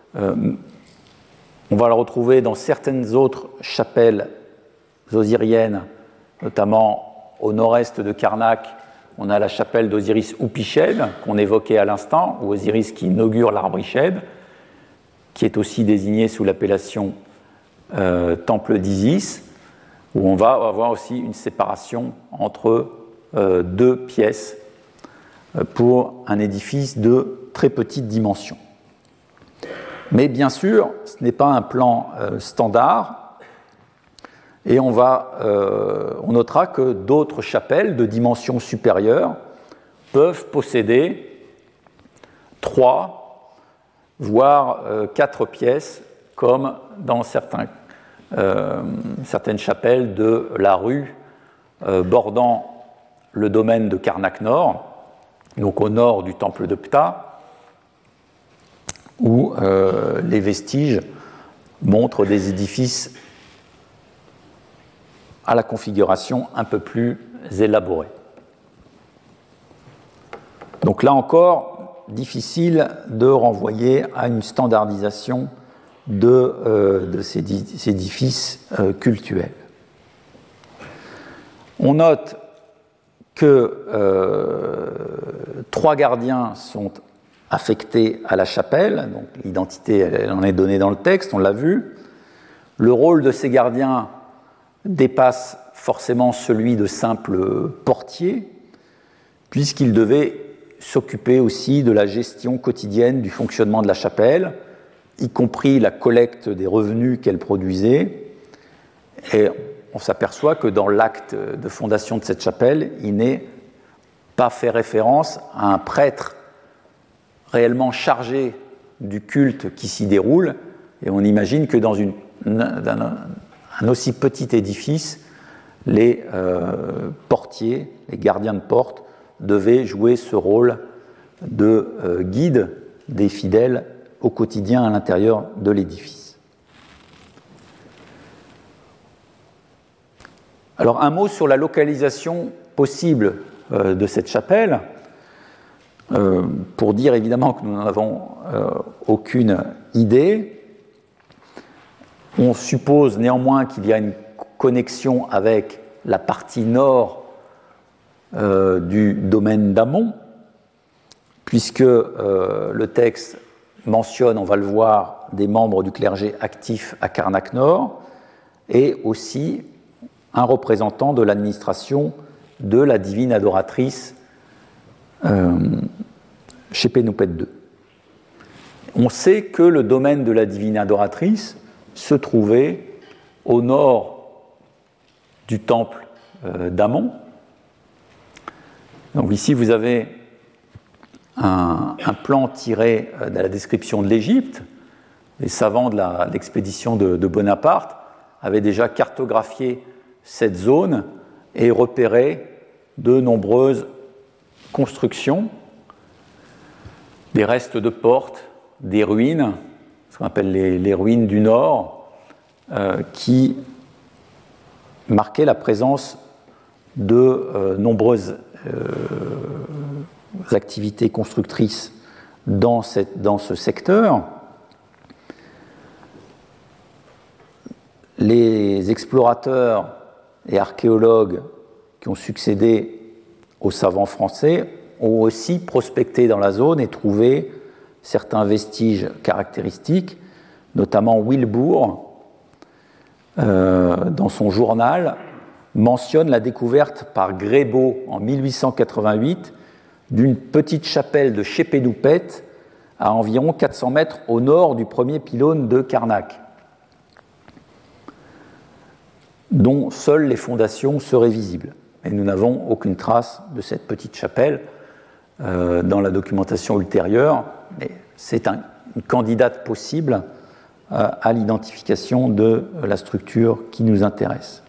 On va le retrouver dans certaines autres chapelles osiriennes, notamment au nord-est de Karnak. On a la chapelle d'Osiris Upiched, qu'on évoquait à l'instant, ou Osiris qui inaugure l'arbre Iched, qui est aussi désigné sous l'appellation temple d'Isis, où on va avoir aussi une séparation entre 2 pièces pour un édifice de très petite dimension. Mais bien sûr, ce n'est pas un plan standard, et on notera que d'autres chapelles de dimension supérieure peuvent posséder 3, voire 4 pièces, comme dans certaines chapelles de la rue bordant le domaine de Karnak Nord, donc au nord du temple de Ptah, où les vestiges montrent des édifices à la configuration un peu plus élaborée. Donc là encore, difficile de renvoyer à une standardisation de ces édifices cultuels. On note que 3 gardiens sont affectés à la chapelle, donc l'identité elle en est donnée dans le texte, on l'a vu. Le rôle de ces gardiens dépasse forcément celui de simple portier, puisqu'ils devaient s'occuper aussi de la gestion quotidienne du fonctionnement de la chapelle, y compris la collecte des revenus qu'elle produisait. Et on s'aperçoit que dans l'acte de fondation de cette chapelle, il n'est pas fait référence à un prêtre réellement chargé du culte qui s'y déroule, et on imagine que dans un aussi petit édifice, les portiers, les gardiens de porte, devaient jouer ce rôle de guide des fidèles au quotidien à l'intérieur de l'édifice. Alors un mot sur la localisation possible de cette chapelle, pour dire évidemment que nous n'en avons aucune idée. On suppose néanmoins qu'il y a une connexion avec la partie nord du domaine d'Amon, puisque le texte mentionne, on va le voir, des membres du clergé actifs à Karnak Nord, et aussi un représentant de l'administration de la divine adoratrice Shephenupet II. On sait que le domaine de la divine adoratrice se trouvait au nord du temple d'Amon. Donc ici vous avez un plan tiré de la description de l'Égypte. Les savants de l'expédition de Bonaparte avaient déjà cartographié cette zone et repéré de nombreuses constructions, des restes de portes, des ruines, ce qu'on appelle les ruines du Nord, qui marquaient la présence de nombreuses activités constructrices dans ce secteur. Les explorateurs et archéologues qui ont succédé aux savants français ont aussi prospecté dans la zone et trouvé certains vestiges caractéristiques, notamment Wilbourg, dans son journal, mentionne la découverte par Grébeau en 1888 d'une petite chapelle de Chépénoupet à environ 400 mètres au nord du premier pylône de Karnak, dont seules les fondations seraient visibles. Et nous n'avons aucune trace de cette petite chapelle dans la documentation ultérieure, mais c'est une candidate possible à l'identification de la structure qui nous intéresse.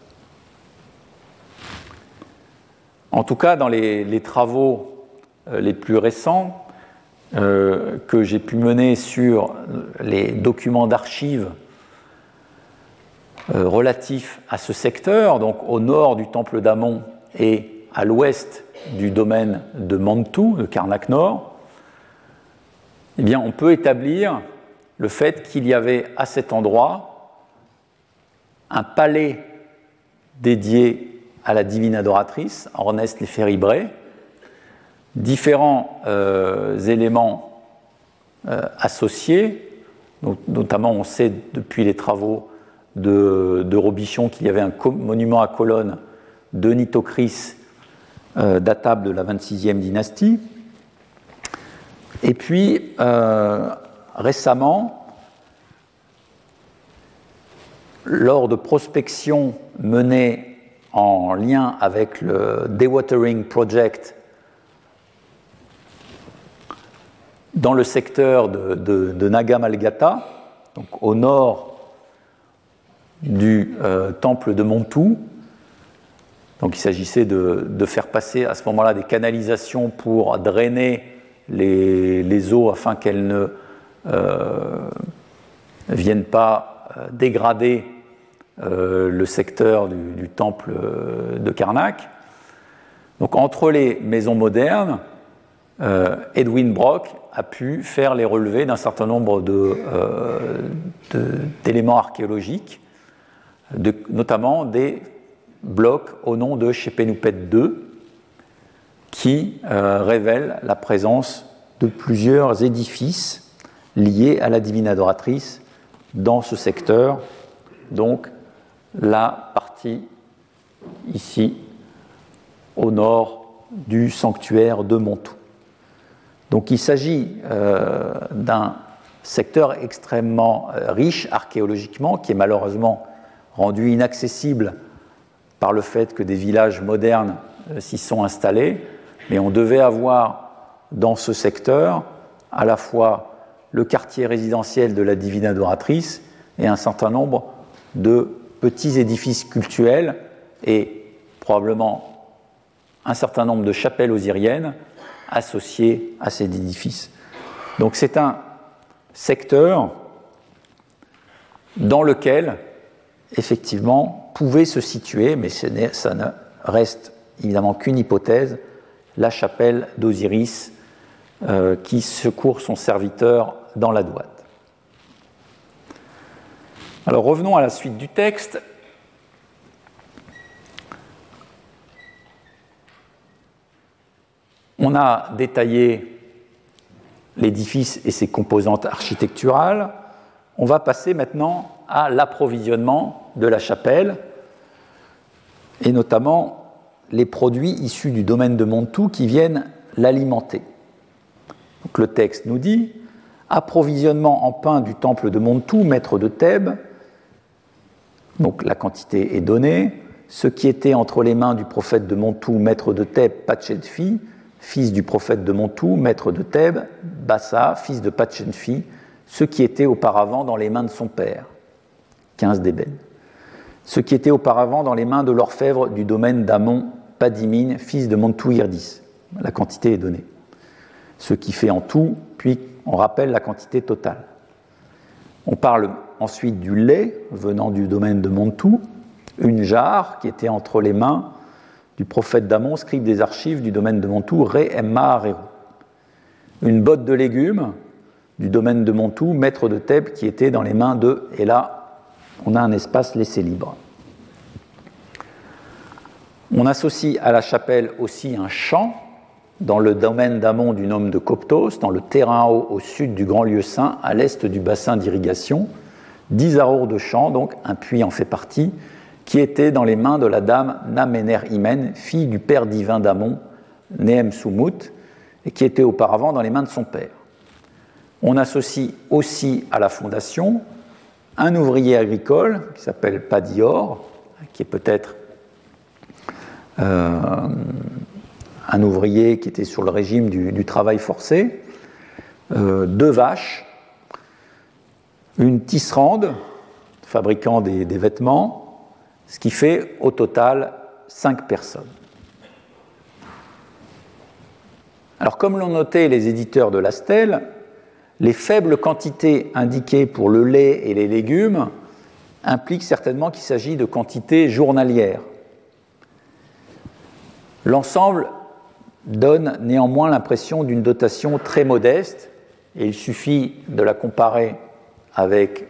En tout cas, dans les travaux les plus récents que j'ai pu mener sur les documents d'archives relatifs à ce secteur, donc au nord du temple d'Amon et à l'ouest du domaine de Mantou, de Karnak Nord, eh bien, on peut établir le fait qu'il y avait à cet endroit un palais dédié à la divine adoratrice, Ornès Léphéribré, différents éléments associés, notamment on sait depuis les travaux de Robichon qu'il y avait un monument à colonnes de Nitocris datable de la 26e dynastie. Et puis, récemment, lors de prospections menées en lien avec le Dewatering Project dans le secteur de Naga-Malgata, donc au nord du temple de Montou. Donc il s'agissait de faire passer à ce moment-là des canalisations pour drainer les eaux afin qu'elles ne viennent pas dégrader le secteur du temple de Karnak. Donc entre les maisons modernes, Edwin Brock a pu faire les relevés d'un certain nombre d'éléments archéologiques, notamment des blocs au nom de Chépénoupet II, qui révèlent la présence de plusieurs édifices liés à la divine adoratrice dans ce secteur, donc la partie ici au nord du sanctuaire de Montou. Donc il s'agit d'un secteur extrêmement riche archéologiquement, qui est malheureusement rendu inaccessible par le fait que des villages modernes s'y sont installés, mais on devait avoir dans ce secteur à la fois le quartier résidentiel de la divine adoratrice et un certain nombre de petits édifices cultuels et probablement un certain nombre de chapelles osiriennes associées à ces édifices. Donc c'est un secteur dans lequel effectivement pouvait se situer, mais ça ne reste évidemment qu'une hypothèse, la chapelle d'Osiris qui secourt son serviteur dans la Douate. Alors revenons à la suite du texte. On a détaillé l'édifice et ses composantes architecturales. On va passer maintenant à l'approvisionnement de la chapelle, et notamment les produits issus du domaine de Montou qui viennent l'alimenter. Donc le texte nous dit « Approvisionnement en pain du temple de Montou, maître de Thèbes ». Donc la quantité est donnée. Ce qui était entre les mains du prophète de Montou, maître de Thèbes, Pachedphi, fils du prophète de Montou, maître de Thèbes, Bassa, fils de Pachedphi, ce qui était auparavant dans les mains de son père, 15 d'ébène. Ce qui était auparavant dans les mains de l'orfèvre du domaine d'Amon, Padimine, fils de Montou Irdis. La quantité est donnée. Ce qui fait en tout, puis on rappelle la quantité totale. On parle ensuite du lait venant du domaine de Montou, une jarre qui était entre les mains du prophète d'Amon, scribe des archives du domaine de Montou, Ré Emma Arero. Une botte de légumes du domaine de Montou, maître de Thèbes, qui était dans les mains de, et là, on a un espace laissé libre. On associe à la chapelle aussi un champ dans le domaine d'Amon du nome de Coptos, dans le terrain haut au sud du grand lieu saint, à l'est du bassin d'irrigation, 10 arours de champ, donc un puits en fait partie, qui était dans les mains de la dame Namener-Imen, fille du père divin d'Amon, Nehem-Sumut, et qui était auparavant dans les mains de son père. On associe aussi à la fondation un ouvrier agricole qui s'appelle Padior, qui est peut-être un ouvrier qui était sur le régime du travail forcé, 2 vaches, une tisserande, fabriquant des vêtements, ce qui fait au total 5 personnes. Alors, comme l'ont noté les éditeurs de la stèle, les faibles quantités indiquées pour le lait et les légumes impliquent certainement qu'il s'agit de quantités journalières. L'ensemble donne néanmoins l'impression d'une dotation très modeste, et il suffit de la comparer avec,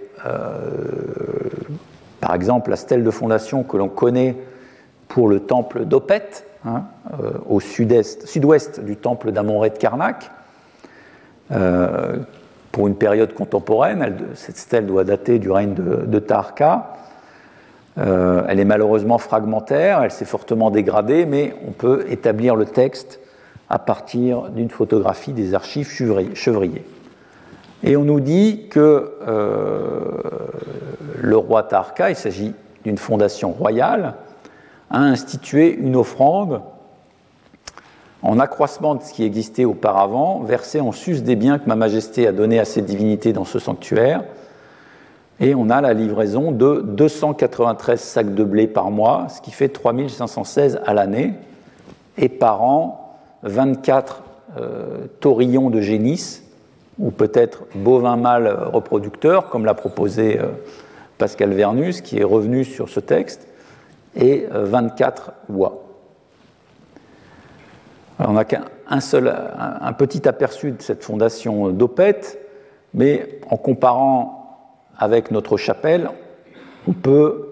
par exemple, la stèle de fondation que l'on connaît pour le temple d'Opet, au sud-ouest du temple d'Amon-Rê de Karnak, pour une période contemporaine. Cette stèle doit dater du règne de Taharqa. Elle est malheureusement fragmentaire, elle s'est fortement dégradée, mais on peut établir le texte à partir d'une photographie des archives chevriers. Et on nous dit que le roi Taharqa, il s'agit d'une fondation royale, a institué une offrande en accroissement de ce qui existait auparavant, versée en sus des biens que ma majesté a donnés à ses divinités dans ce sanctuaire. Et on a la livraison de 293 sacs de blé par mois, ce qui fait 3516 à l'année, et par an 24 taurillons de génisse, ou peut-être bovins mâles reproducteurs, comme l'a proposé Pascal Vernus, qui est revenu sur ce texte, et 24 oies. Alors on n'a un petit aperçu de cette fondation d'Opet, mais en comparant avec notre chapelle, on peut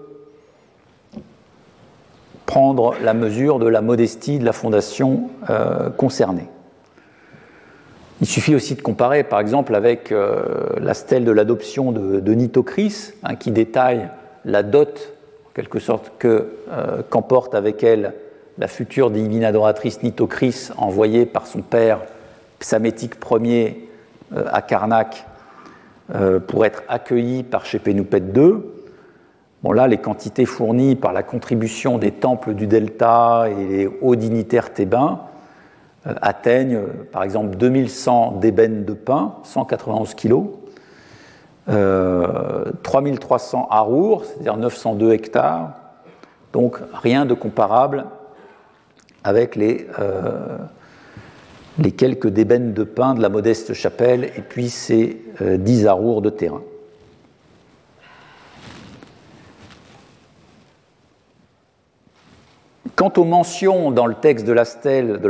prendre la mesure de la modestie de la fondation concernée. Il suffit aussi de comparer, par exemple, avec la stèle de l'adoption de Nitocris, qui détaille la dot, en quelque sorte, qu'emporte avec elle la future divine adoratrice Nitocris, envoyée par son père Psamétique Ier à Karnak pour être accueillie par Shepenupet II. Bon, là, les quantités fournies par la contribution des temples du delta et les hauts dignitaires thébains atteignent, par exemple, 2100 d'ébène de pain, 191 kg, 3300 arours, c'est-à-dire 902 hectares, donc rien de comparable avec les quelques d'ébène de pain de la modeste chapelle et puis ces 10 arours de terrain. Quant aux mentions dans le texte de la stèle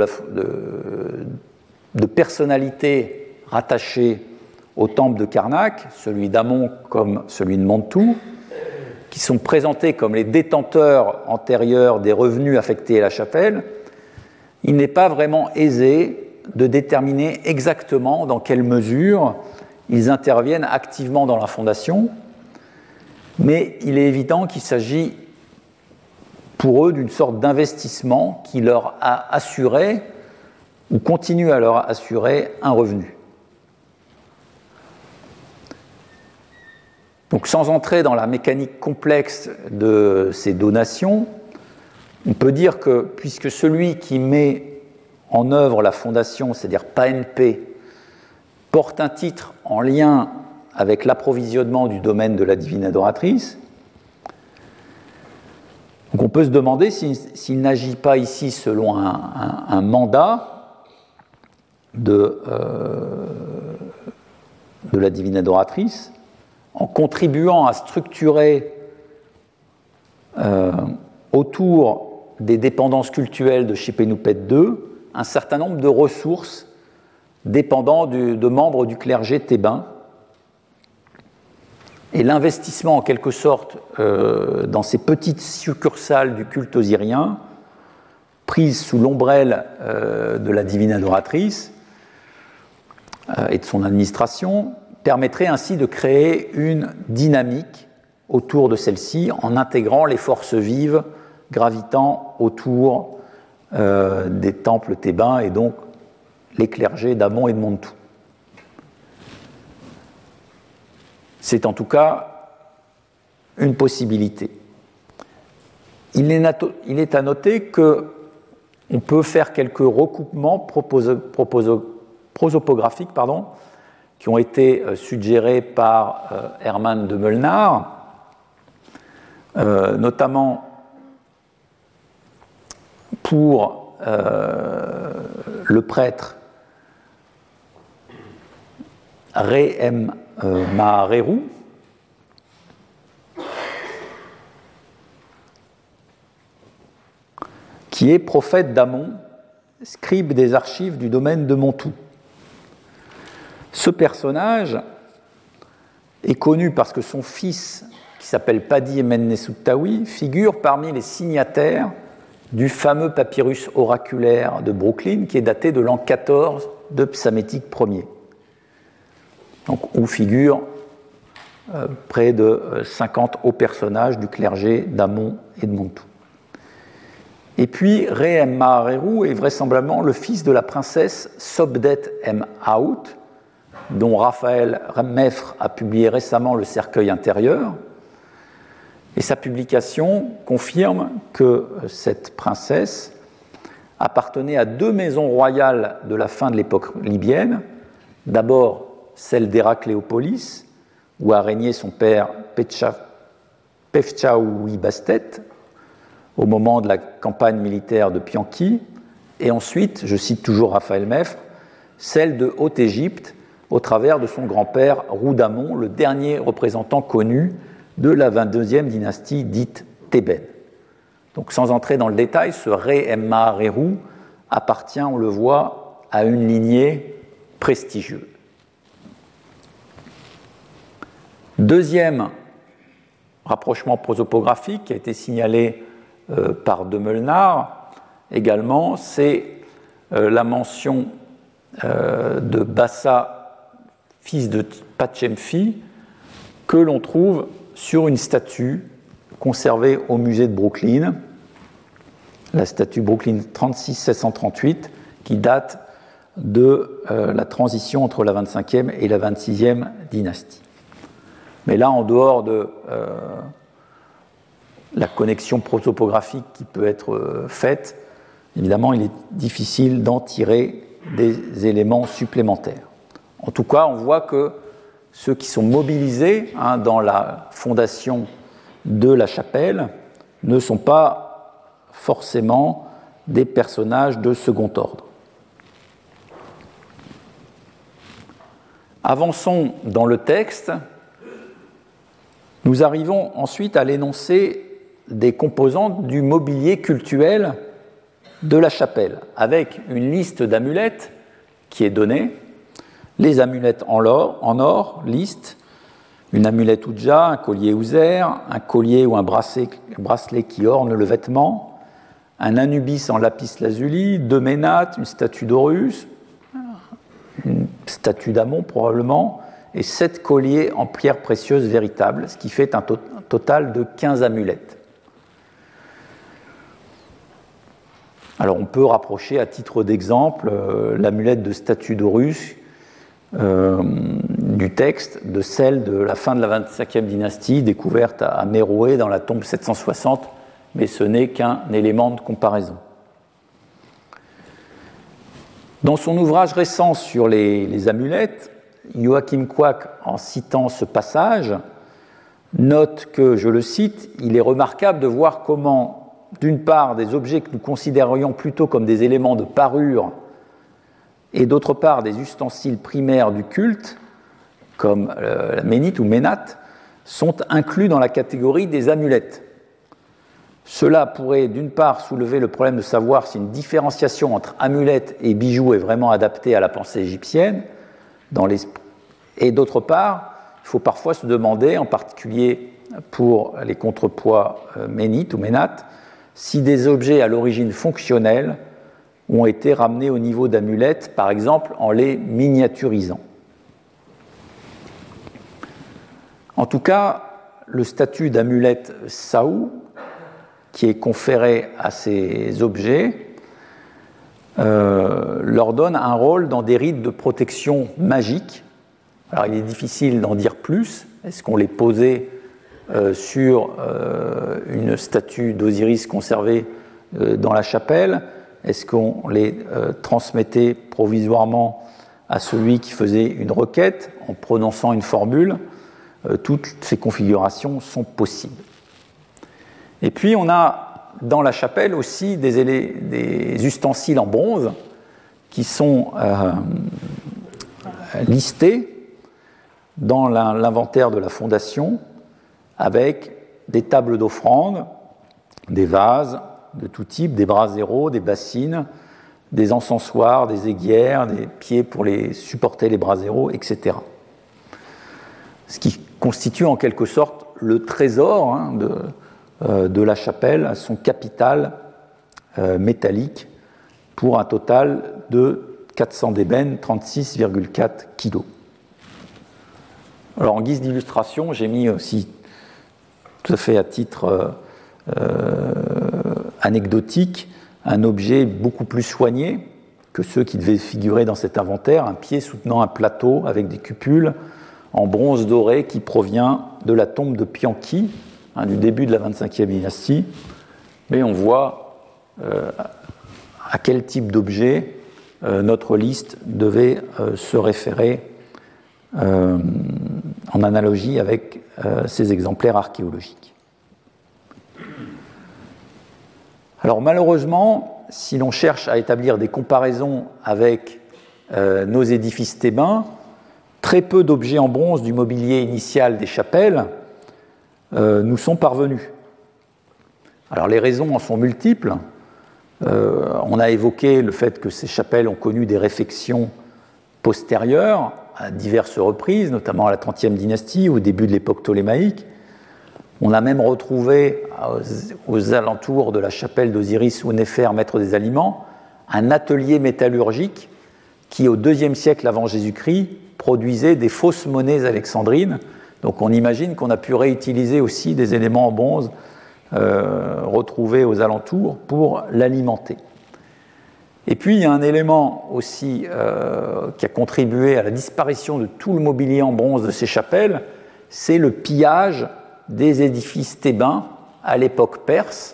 de personnalités rattachées au temple de Karnak, celui d'Amon comme celui de Montou, qui sont présentés comme les détenteurs antérieurs des revenus affectés à la chapelle, il n'est pas vraiment aisé de déterminer exactement dans quelle mesure ils interviennent activement dans la fondation, mais il est évident qu'il s'agit pour eux d'une sorte d'investissement qui leur a assuré ou continue à leur assurer un revenu. Donc, sans entrer dans la mécanique complexe de ces donations, on peut dire que puisque celui qui met en œuvre la fondation, c'est-à-dire PANP, porte un titre en lien avec l'approvisionnement du domaine de la divine adoratrice, donc on peut se demander s'il n'agit pas ici selon un mandat de la divine adoratrice, en contribuant à structurer autour des dépendances cultuelles de Shepenupet II un certain nombre de ressources dépendant de membres du clergé thébain. Et l'investissement, en quelque sorte, dans ces petites succursales du culte osirien, prises sous l'ombrelle de la divine adoratrice et de son administration, permettrait ainsi de créer une dynamique autour de celle-ci en intégrant les forces vives gravitant autour des temples thébains et donc les clergés d'Amon et de Montou. C'est en tout cas une possibilité. Il est à noter qu'on peut faire quelques recoupements prosopographiques qui ont été suggérés par Hermann de Molnar, notamment pour le prêtre Ré M. Mahareru, qui est prophète d'Amon, scribe des archives du domaine de Montou. Ce personnage est connu parce que son fils, qui s'appelle Padi Emennessut-Tawi, figure parmi les signataires du fameux papyrus oraculaire de Brooklyn, qui est daté de l'an 14 de Psamétique Ier, donc, où figurent près de 50 hauts personnages du clergé d'Amon et de Montou. Et puis, Ré M. Mahareru est vraisemblablement le fils de la princesse Sobdet M. Aout, dont Raphaël Meffre a publié récemment le cercueil intérieur. Et sa publication confirme que cette princesse appartenait à deux maisons royales de la fin de l'époque libyenne. D'abord, celle d'Héracléopolis, où a régné son père Pefchaoui Bastet, au moment de la campagne militaire de Pianki, et ensuite, je cite toujours Raphaël Meffre, celle de Haute-Égypte, au travers de son grand-père Roudamon, le dernier représentant connu de la 22e dynastie dite thébaine. Donc, sans entrer dans le détail, ce Ré M. Mahareru appartient, on le voit, à une lignée prestigieuse. Deuxième rapprochement prosopographique qui a été signalé par de Molnar également, c'est la mention de Bassa, fils de Pachemfi, que l'on trouve sur une statue conservée au musée de Brooklyn, la statue Brooklyn 36-738, qui date de la transition entre la 25e et la 26e dynastie. Mais là, en dehors de la connexion prosopographique qui peut être faite, évidemment, il est difficile d'en tirer des éléments supplémentaires. En tout cas, on voit que ceux qui sont mobilisés dans la fondation de la chapelle ne sont pas forcément des personnages de second ordre. Avançons dans le texte. Nous arrivons ensuite à l'énoncé des composantes du mobilier cultuel de la chapelle, avec une liste d'amulettes qui est donnée, les amulettes en or, liste, une amulette Ouja, un collier Ouzer, un collier ou un bracelet qui orne le vêtement, un anubis en lapis-lazuli, deux ménates, une statue d'Horus, une statue d'Amon probablement, et 7 colliers en pierres précieuses véritables, ce qui fait un total de 15 amulettes. Alors on peut rapprocher à titre d'exemple l'amulette de statue d'Horus du texte de celle de la fin de la 25e dynastie découverte à Méroé dans la tombe 760, mais ce n'est qu'un élément de comparaison. Dans son ouvrage récent sur les amulettes, Joachim Quack, en citant ce passage, note que, je le cite, il est remarquable de voir comment, d'une part, des objets que nous considérions plutôt comme des éléments de parure, et d'autre part, des ustensiles primaires du culte, comme la ménite ou ménate, sont inclus dans la catégorie des amulettes. Cela pourrait, d'une part, soulever le problème de savoir si une différenciation entre amulettes et bijoux est vraiment adaptée à la pensée égyptienne, et d'autre part, il faut parfois se demander, en particulier pour les contrepoids ménites ou ménates, si des objets à l'origine fonctionnels ont été ramenés au niveau d'amulettes, par exemple en les miniaturisant. En tout cas, le statut d'amulette Saou, qui est conféré à ces objets, leur donne un rôle dans des rites de protection magique. Alors il est difficile d'en dire plus. Est-ce qu'on les posait sur une statue d'Osiris conservée dans la chapelle? Est-ce qu'on les transmettait provisoirement à celui qui faisait une requête en prononçant une formule? Toutes ces configurations sont possibles. Et puis on a dans la chapelle aussi des ustensiles en bronze qui sont listés dans l'inventaire de la fondation avec des tables d'offrande, des vases de tout type, des braséros, des bassines, des encensoirs, des aiguières, des pieds pour les supporter les braséros, etc. Ce qui constitue en quelque sorte le trésor de la chapelle, son capital métallique, pour un total de 400 d'ébène, 36,4 kg. Alors en guise d'illustration, j'ai mis aussi, tout à fait à titre anecdotique, un objet beaucoup plus soigné que ceux qui devaient figurer dans cet inventaire, un pied soutenant un plateau avec des cupules en bronze doré qui provient de la tombe de Pianki, du début de la 25e dynastie. Mais on voit à quel type d'objet notre liste devait se référer en analogie avec ces exemplaires archéologiques. Alors malheureusement, si l'on cherche à établir des comparaisons avec nos édifices thébains, très peu d'objets en bronze du mobilier initial des chapelles nous sont parvenus. Alors les raisons en sont multiples. On a évoqué le fait que ces chapelles ont connu des réfections postérieures à diverses reprises, notamment à la 30e dynastie, au début de l'époque ptolémaïque. On a même retrouvé aux alentours de la chapelle d'Osiris ou Néfer, maître des aliments, un atelier métallurgique qui, au IIe siècle avant Jésus-Christ, produisait des fausses monnaies alexandrines. Donc on imagine qu'on a pu réutiliser aussi des éléments en bronze retrouvés aux alentours pour l'alimenter. Et puis il y a un élément aussi qui a contribué à la disparition de tout le mobilier en bronze de ces chapelles, c'est le pillage des édifices thébains à l'époque perse.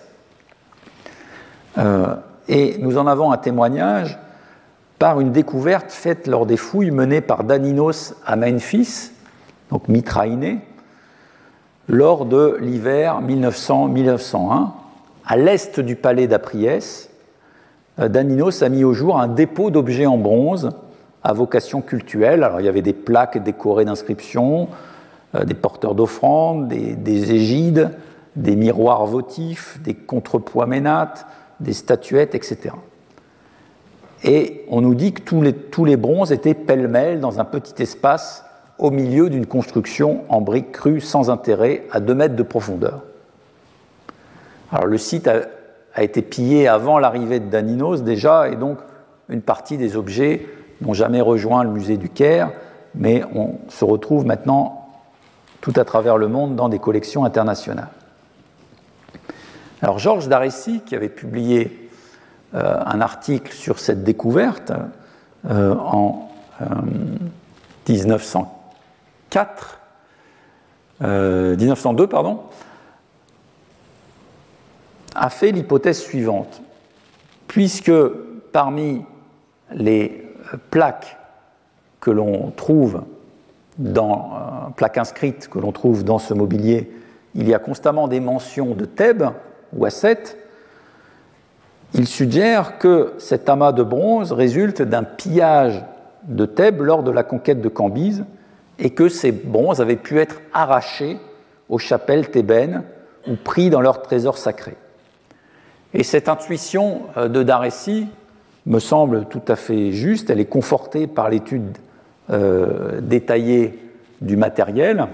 Et nous en avons un témoignage par une découverte faite lors des fouilles menées par Daninos à Memphis, donc Mitraïné, lors de l'hiver 1900-1901, à l'est du palais d'Apriès. Daninos a mis au jour un dépôt d'objets en bronze à vocation cultuelle. Alors il y avait des plaques décorées d'inscriptions, des porteurs d'offrandes, des égides, des miroirs votifs, des contrepoids ménates, des statuettes, etc. Et on nous dit que tous les bronzes étaient pêle-mêle dans un petit espace au milieu d'une construction en briques crues sans intérêt à 2 mètres de profondeur. Alors le site a été pillé avant l'arrivée de Daninos déjà, et donc une partie des objets n'ont jamais rejoint le musée du Caire, mais on se retrouve maintenant tout à travers le monde dans des collections internationales. Alors Georges Darécy, qui avait publié un article sur cette découverte en 1902, a fait l'hypothèse suivante. Puisque parmi les plaques que l'on trouve plaques inscrites que l'on trouve dans ce mobilier, il y a constamment des mentions de Thèbes ou Asset, il suggère que cet amas de bronze résulte d'un pillage de Thèbes lors de la conquête de Cambyse et que ces bronzes avaient pu être arrachés aux chapelles thébaines ou pris dans leurs trésors sacrés. Et cette intuition de Darécy me semble tout à fait juste, elle est confortée par l'étude détaillée du matériel,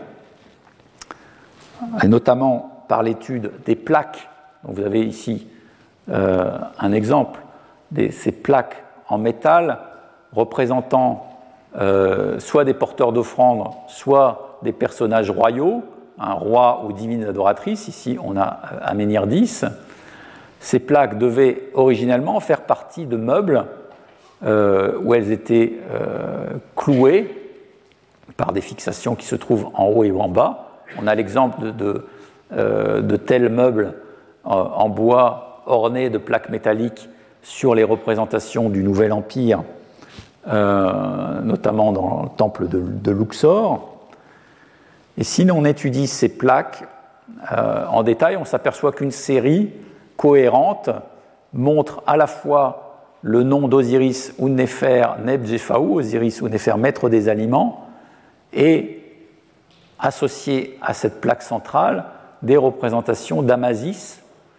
et notamment par l'étude des plaques. Donc vous avez ici un exemple de ces plaques en métal représentant soit des porteurs d'offrandes, soit des personnages royaux, un roi ou divine adoratrice. Ici, on a Aménirdis. Ces plaques devaient originellement faire partie de meubles où elles étaient clouées par des fixations qui se trouvent en haut et en bas. On a l'exemple de tels meubles en bois ornés de plaques métalliques sur les représentations du Nouvel Empire, notamment dans le temple de Luxor. Et si on étudie ces plaques en détail, on s'aperçoit qu'une série cohérente montre à la fois le nom d'Osiris Ou-Néfer Neb-Jephaou, Osiris Ou-Néfer, maître des aliments, et associé à cette plaque centrale des représentations d'Amasis,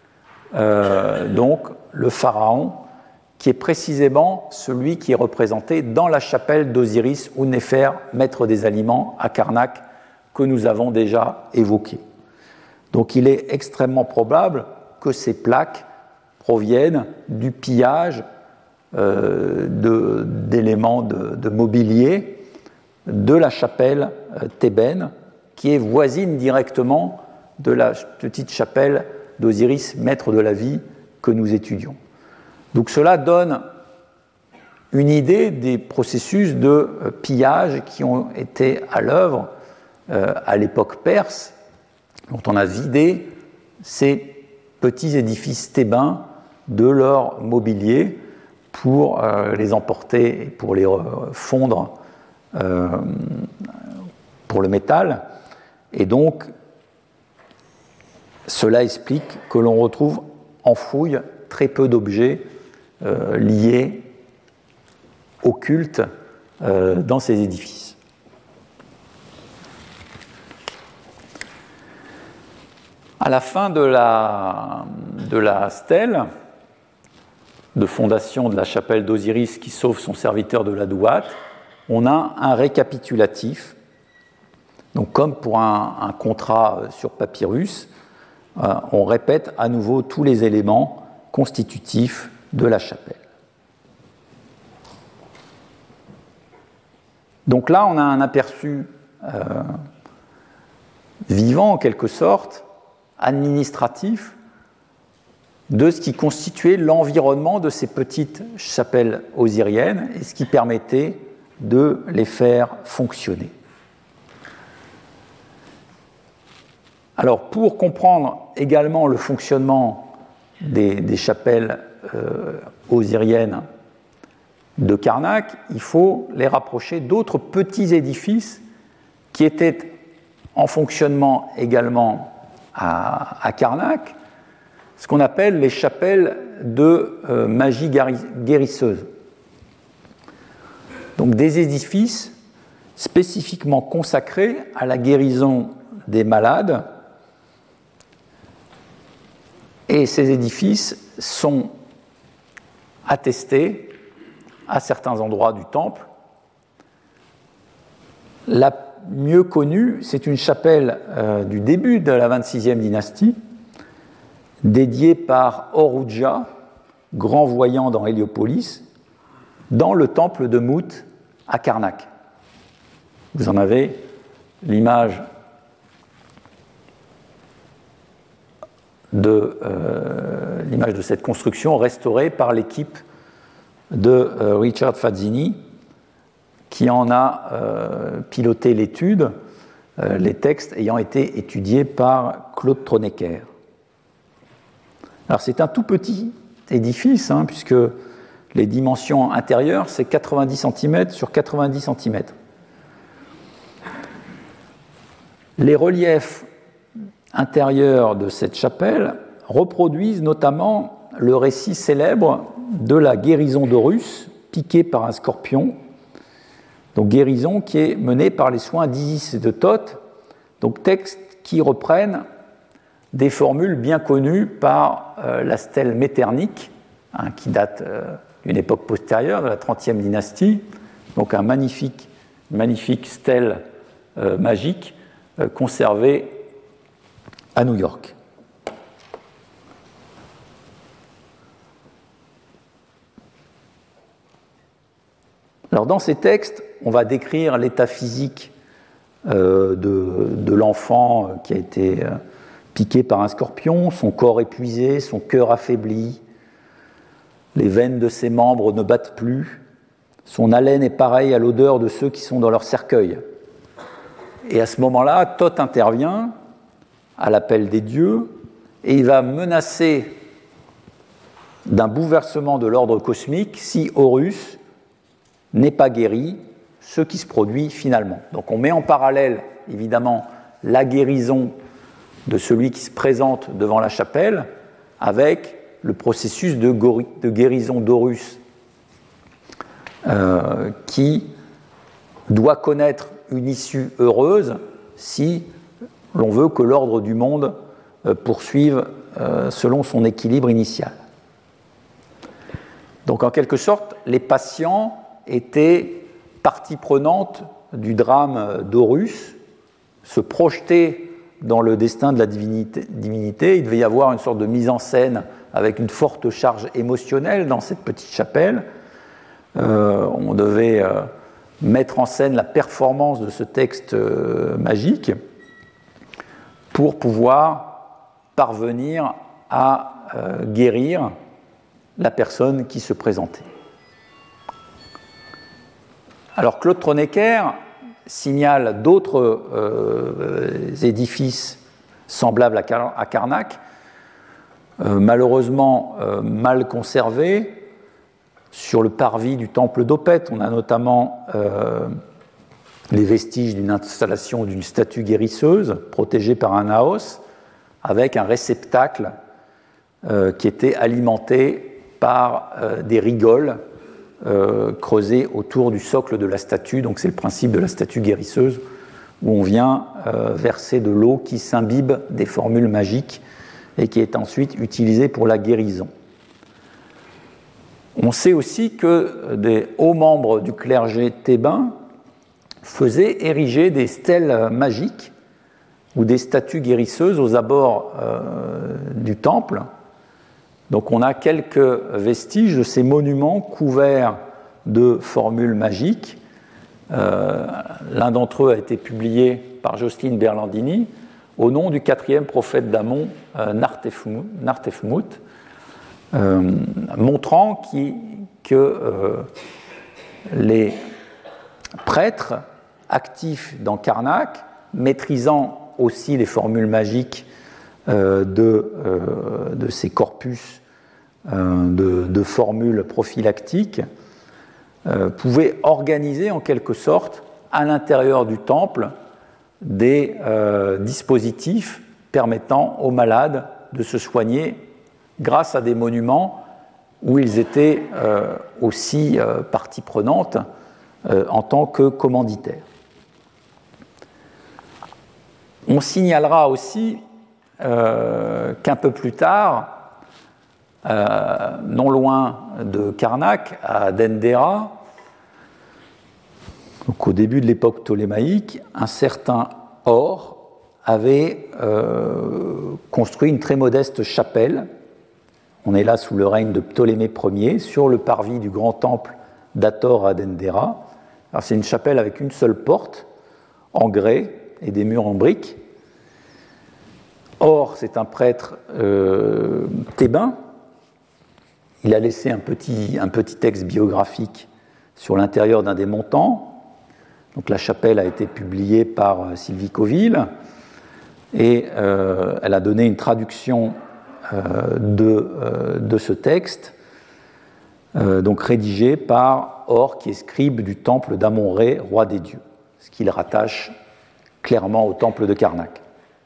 donc le pharaon, qui est précisément celui qui est représenté dans la chapelle d'Osiris Ou-Néfer, maître des aliments, à Karnak, que nous avons déjà évoqué. Donc il est extrêmement probable que ces plaques proviennent du pillage d'éléments de mobilier de la chapelle thébaine, qui est voisine directement de la petite chapelle d'Osiris, maître de la vie, que nous étudions. Donc cela donne une idée des processus de pillage qui ont été à l'œuvre à l'époque perse, dont on a vidé ces petits édifices thébains de leur mobilier pour les emporter et pour les fondre pour le métal. Et donc, cela explique que l'on retrouve en fouille très peu d'objets liés au culte dans ces édifices. À la fin de la stèle de fondation de la chapelle d'Osiris qui sauve son serviteur de la Douat, on a un récapitulatif. Donc, comme pour un contrat sur papyrus, on répète à nouveau tous les éléments constitutifs de la chapelle. Donc là, on a un aperçu vivant, en quelque sorte, administratif, de ce qui constituait l'environnement de ces petites chapelles osiriennes et ce qui permettait de les faire fonctionner. Alors, pour comprendre également le fonctionnement des chapelles osiriennes de Karnak, il faut les rapprocher d'autres petits édifices qui étaient en fonctionnement également à Karnak, ce qu'on appelle les chapelles de magie guérisseuse. Donc des édifices spécifiquement consacrés à la guérison des malades. Et ces édifices sont attestés à certains endroits du temple. La mieux connue, c'est une chapelle du début de la 26e dynastie, dédiée par Horodja, grand voyant dans Héliopolis, dans le temple de Mout à Karnak. Vous en avez l'image de cette construction restaurée par l'équipe de Richard Fazzini, qui en a piloté l'étude, les textes ayant été étudiés par Claude Tronecker. Alors c'est un tout petit édifice, puisque les dimensions intérieures, c'est 90 cm sur 90 cm. Les reliefs intérieurs de cette chapelle reproduisent notamment le récit célèbre de la guérison d'Horus, piqué par un scorpion, donc guérison qui est menée par les soins d'Isis et de Thoth, donc textes qui reprennent des formules bien connues par la stèle méternique, qui date d'une époque postérieure, de la 30e dynastie, donc un magnifique stèle magique conservée à New York. Alors dans ces textes, on va décrire l'état physique de l'enfant qui a été piqué par un scorpion, son corps épuisé, son cœur affaibli, les veines de ses membres ne battent plus, son haleine est pareille à l'odeur de ceux qui sont dans leur cercueil. Et à ce moment-là, Thoth intervient à l'appel des dieux et il va menacer d'un bouleversement de l'ordre cosmique si Horus n'est pas guéri, ce qui se produit finalement. Donc on met en parallèle, évidemment, la guérison de celui qui se présente devant la chapelle avec le processus de guérison d'Horus qui doit connaître une issue heureuse si l'on veut que l'ordre du monde poursuive selon son équilibre initial. Donc en quelque sorte, les patients étaient partie prenante du drame d'Horus, se projeter dans le destin de la divinité. Il devait y avoir une sorte de mise en scène avec une forte charge émotionnelle dans cette petite chapelle. On devait mettre en scène la performance de ce texte magique pour pouvoir parvenir à guérir la personne qui se présentait. Alors Claude Tronecker signale d'autres édifices semblables à Karnak, malheureusement mal conservés. Sur le parvis du temple d'Opet, on a notamment les vestiges d'une installation d'une statue guérisseuse protégée par un naos avec un réceptacle qui était alimenté par des rigoles creusées autour du socle de la statue. Donc c'est le principe de la statue guérisseuse où on vient verser de l'eau qui s'imbibe des formules magiques et qui est ensuite utilisée pour la guérison. On sait aussi que des hauts membres du clergé thébain faisaient ériger des stèles magiques ou des statues guérisseuses aux abords du temple. Donc on a quelques vestiges de ces monuments couverts de formules magiques. L'un d'entre eux a été publié par Jocelyne Berlandini au nom du quatrième prophète d'Amon, Nartefmut, montrant que les prêtres actifs dans Karnak, maîtrisant aussi les formules magiques de ces corpus de formules prophylactiques, pouvaient organiser en quelque sorte à l'intérieur du temple des dispositifs permettant aux malades de se soigner grâce à des monuments où ils étaient aussi partie prenante en tant que commanditaires. On signalera aussi qu'un peu plus tard, non loin de Karnak, à Dendera, donc au début de l'époque ptolémaïque, un certain Or avait construit une très modeste chapelle. On est là sous le règne de Ptolémée Ier, sur le parvis du grand temple d'Hathor à Dendera. Alors c'est une chapelle avec une seule porte, en grès, et des murs en briques. Or, c'est un prêtre thébain. Il a laissé un petit texte biographique sur l'intérieur d'un des montants. Donc la chapelle a été publiée par Sylvie Coville et elle a donné une traduction de ce texte, donc rédigé par Or, qui est scribe du temple d'Amon-Ré, roi des dieux, ce qui le rattache clairement au temple de Karnak.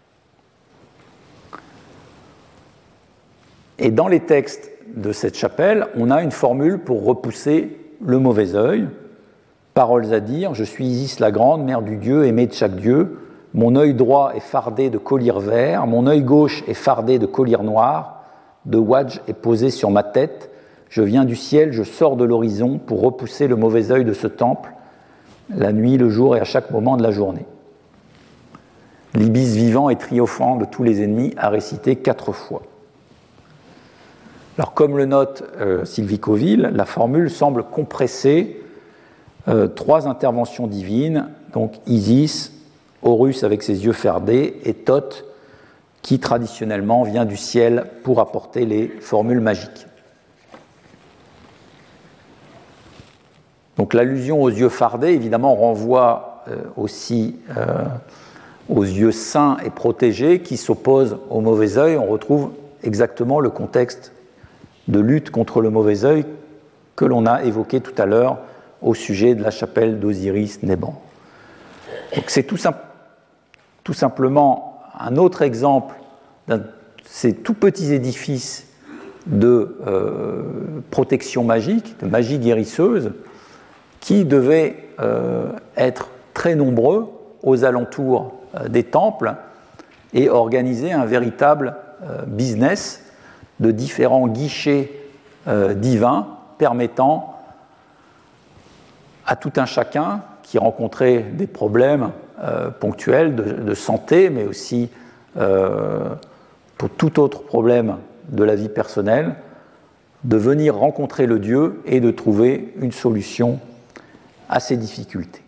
Et dans les textes de cette chapelle, on a une formule pour repousser le mauvais œil. Paroles à dire, je suis Isis la grande, mère du dieu, aimée de chaque dieu. Mon œil droit est fardé de collier vert, mon œil gauche est fardé de collier noir. De wadj est posé sur ma tête. Je viens du ciel, je sors de l'horizon pour repousser le mauvais œil de ce temple, la nuit, le jour et à chaque moment de la journée. L'ibis vivant et triomphant de tous les ennemis a récité 4 fois. Alors, comme le note Sylvie Coville, la formule semble compresser 3 interventions divines, donc Isis, Horus avec ses yeux fardés, et Thoth, qui traditionnellement vient du ciel pour apporter les formules magiques. Donc l'allusion aux yeux fardés, évidemment, renvoie aussi aux yeux saints et protégés qui s'opposent au mauvais œil. On retrouve exactement le contexte de lutte contre le mauvais œil que l'on a évoqué tout à l'heure au sujet de la chapelle d'Osiris-Néban. Donc c'est tout simplement un autre exemple de ces tout petits édifices de protection magique, de magie guérisseuse, qui devaient être très nombreux aux alentours des temples et organiser un véritable business de différents guichets divins permettant à tout un chacun qui rencontrait des problèmes ponctuels de santé, mais aussi pour tout autre problème de la vie personnelle, de venir rencontrer le Dieu et de trouver une solution à ces difficultés.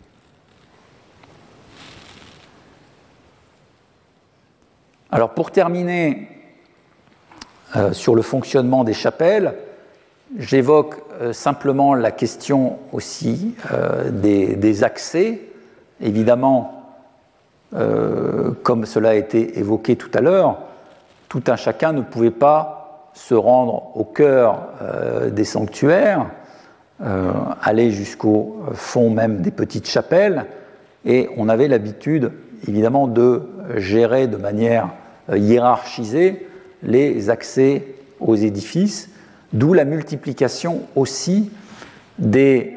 Alors pour terminer sur le fonctionnement des chapelles, j'évoque simplement la question aussi des accès. Évidemment, comme cela a été évoqué tout à l'heure, tout un chacun ne pouvait pas se rendre au cœur des sanctuaires, aller jusqu'au fond même des petites chapelles, et on avait l'habitude évidemment de gérer de manière hiérarchisée les accès aux édifices, d'où la multiplication aussi des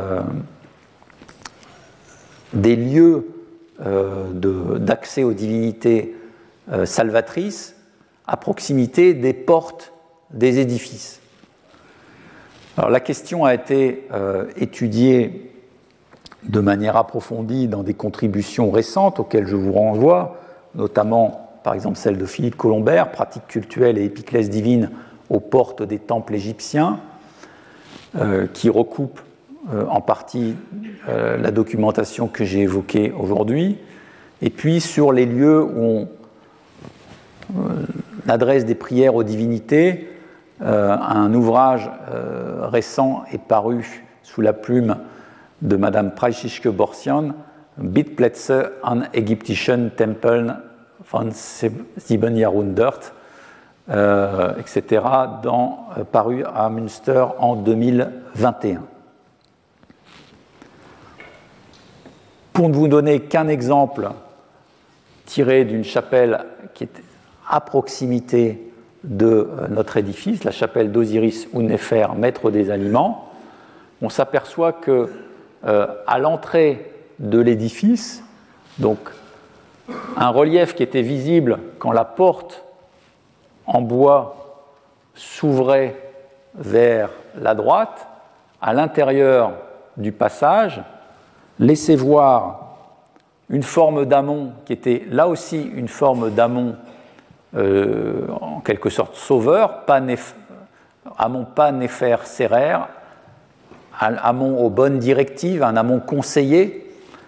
lieux d'accès aux divinités salvatrices à proximité des portes des édifices. Alors, la question a été étudiée de manière approfondie dans des contributions récentes auxquelles je vous renvoie, notamment par exemple celle de Philippe Colombert, Pratiques cultuelles et épiclèses divines aux portes des temples égyptiens, qui recoupe en partie la documentation que j'ai évoquée aujourd'hui, et puis sur les lieux où on adresse des prières aux divinités. Un ouvrage récent est paru sous la plume de Madame Preischischke Borsian, Bittplätze an ägyptischen Tempeln von 7. Jahrhundert, etc., paru à Münster en 2021. Pour ne vous donner qu'un exemple tiré d'une chapelle qui est à proximité de notre édifice, la chapelle d'Osiris ou Néfer, maître des aliments, on s'aperçoit que à l'entrée de l'édifice, donc un relief qui était visible quand la porte en bois s'ouvrait vers la droite, à l'intérieur du passage, laissait voir une forme d'amont qui était là aussi une forme d'amont en quelque sorte sauveur, amont pas Néfer Séraire, amont aux bonnes directives, un amont conseillé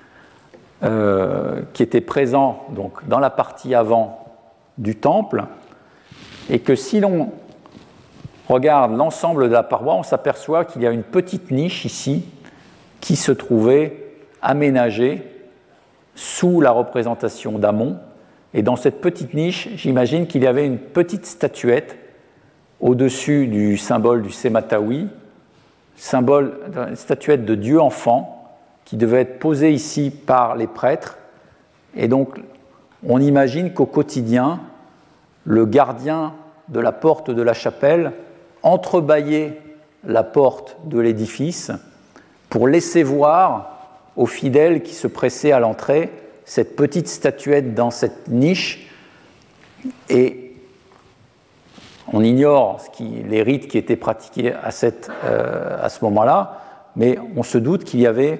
qui était présent donc, dans la partie avant du temple, et que si l'on regarde l'ensemble de la paroi, on s'aperçoit qu'il y a une petite niche ici qui se trouvait aménagée sous la représentation d'Amon. Et dans cette petite niche, j'imagine qu'il y avait une petite statuette au-dessus du symbole du Sematawi, statuette de Dieu enfant, qui devait être posée ici par les prêtres. Et donc, on imagine qu'au quotidien, le gardien de la porte de la chapelle entrebâillait la porte de l'édifice pour laisser voir aux fidèles qui se pressaient à l'entrée cette petite statuette dans cette niche. Et on ignore les rites qui étaient pratiqués à ce moment-là, mais on se doute qu'il y avait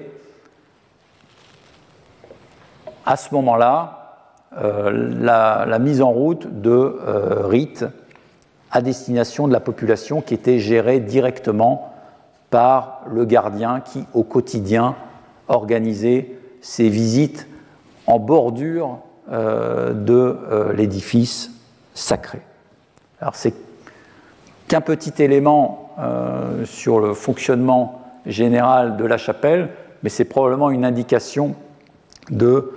à ce moment-là la mise en route de rites à destination de la population qui étaient gérés directement par le gardien qui, au quotidien, organisait ces visites en bordure de l'édifice sacré. Alors c'est qu'un petit élément sur le fonctionnement général de la chapelle, mais c'est probablement une indication de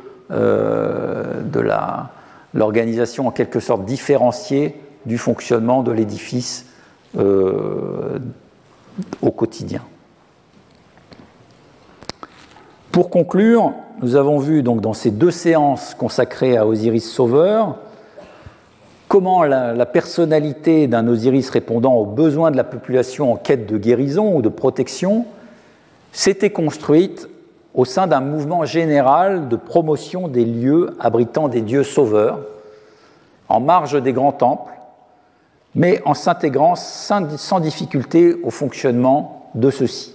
l'organisation en quelque sorte différenciée du fonctionnement de l'édifice au quotidien. Pour conclure, nous avons vu donc dans ces 2 séances consacrées à Osiris Sauveur comment la personnalité d'un Osiris répondant aux besoins de la population en quête de guérison ou de protection s'était construite au sein d'un mouvement général de promotion des lieux abritant des dieux sauveurs, en marge des grands temples, mais en s'intégrant sans difficulté au fonctionnement de ceux-ci.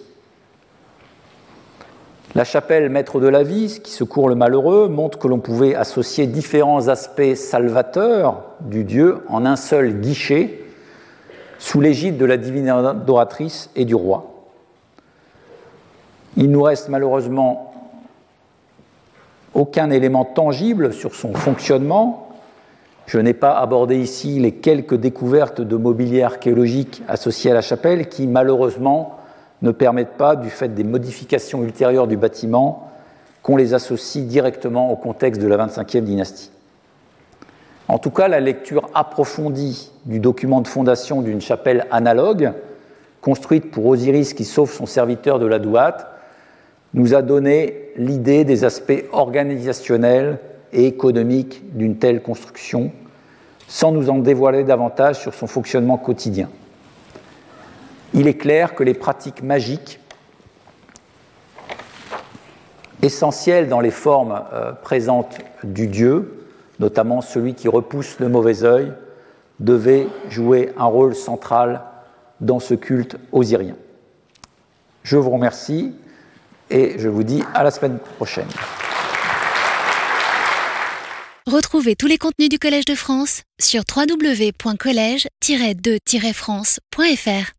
La chapelle maître de la vie, qui secourt le malheureux, montre que l'on pouvait associer différents aspects salvateurs du Dieu en un seul guichet, sous l'égide de la divine adoratrice et du roi. Il nous reste malheureusement aucun élément tangible sur son fonctionnement. Je n'ai pas abordé ici les quelques découvertes de mobilier archéologique associées à la chapelle qui, malheureusement, ne permettent pas, du fait des modifications ultérieures du bâtiment, qu'on les associe directement au contexte de la 25e dynastie. En tout cas, la lecture approfondie du document de fondation d'une chapelle analogue, construite pour Osiris qui sauve son serviteur de la Douate, nous a donné l'idée des aspects organisationnels et économiques d'une telle construction, sans nous en dévoiler davantage sur son fonctionnement quotidien. Il est clair que les pratiques magiques, essentielles dans les formes présentes du Dieu, notamment celui qui repousse le mauvais œil, devaient jouer un rôle central dans ce culte osirien. Je vous remercie et je vous dis à la semaine prochaine. Retrouvez tous les contenus du Collège de France sur www.collège-2-france.fr.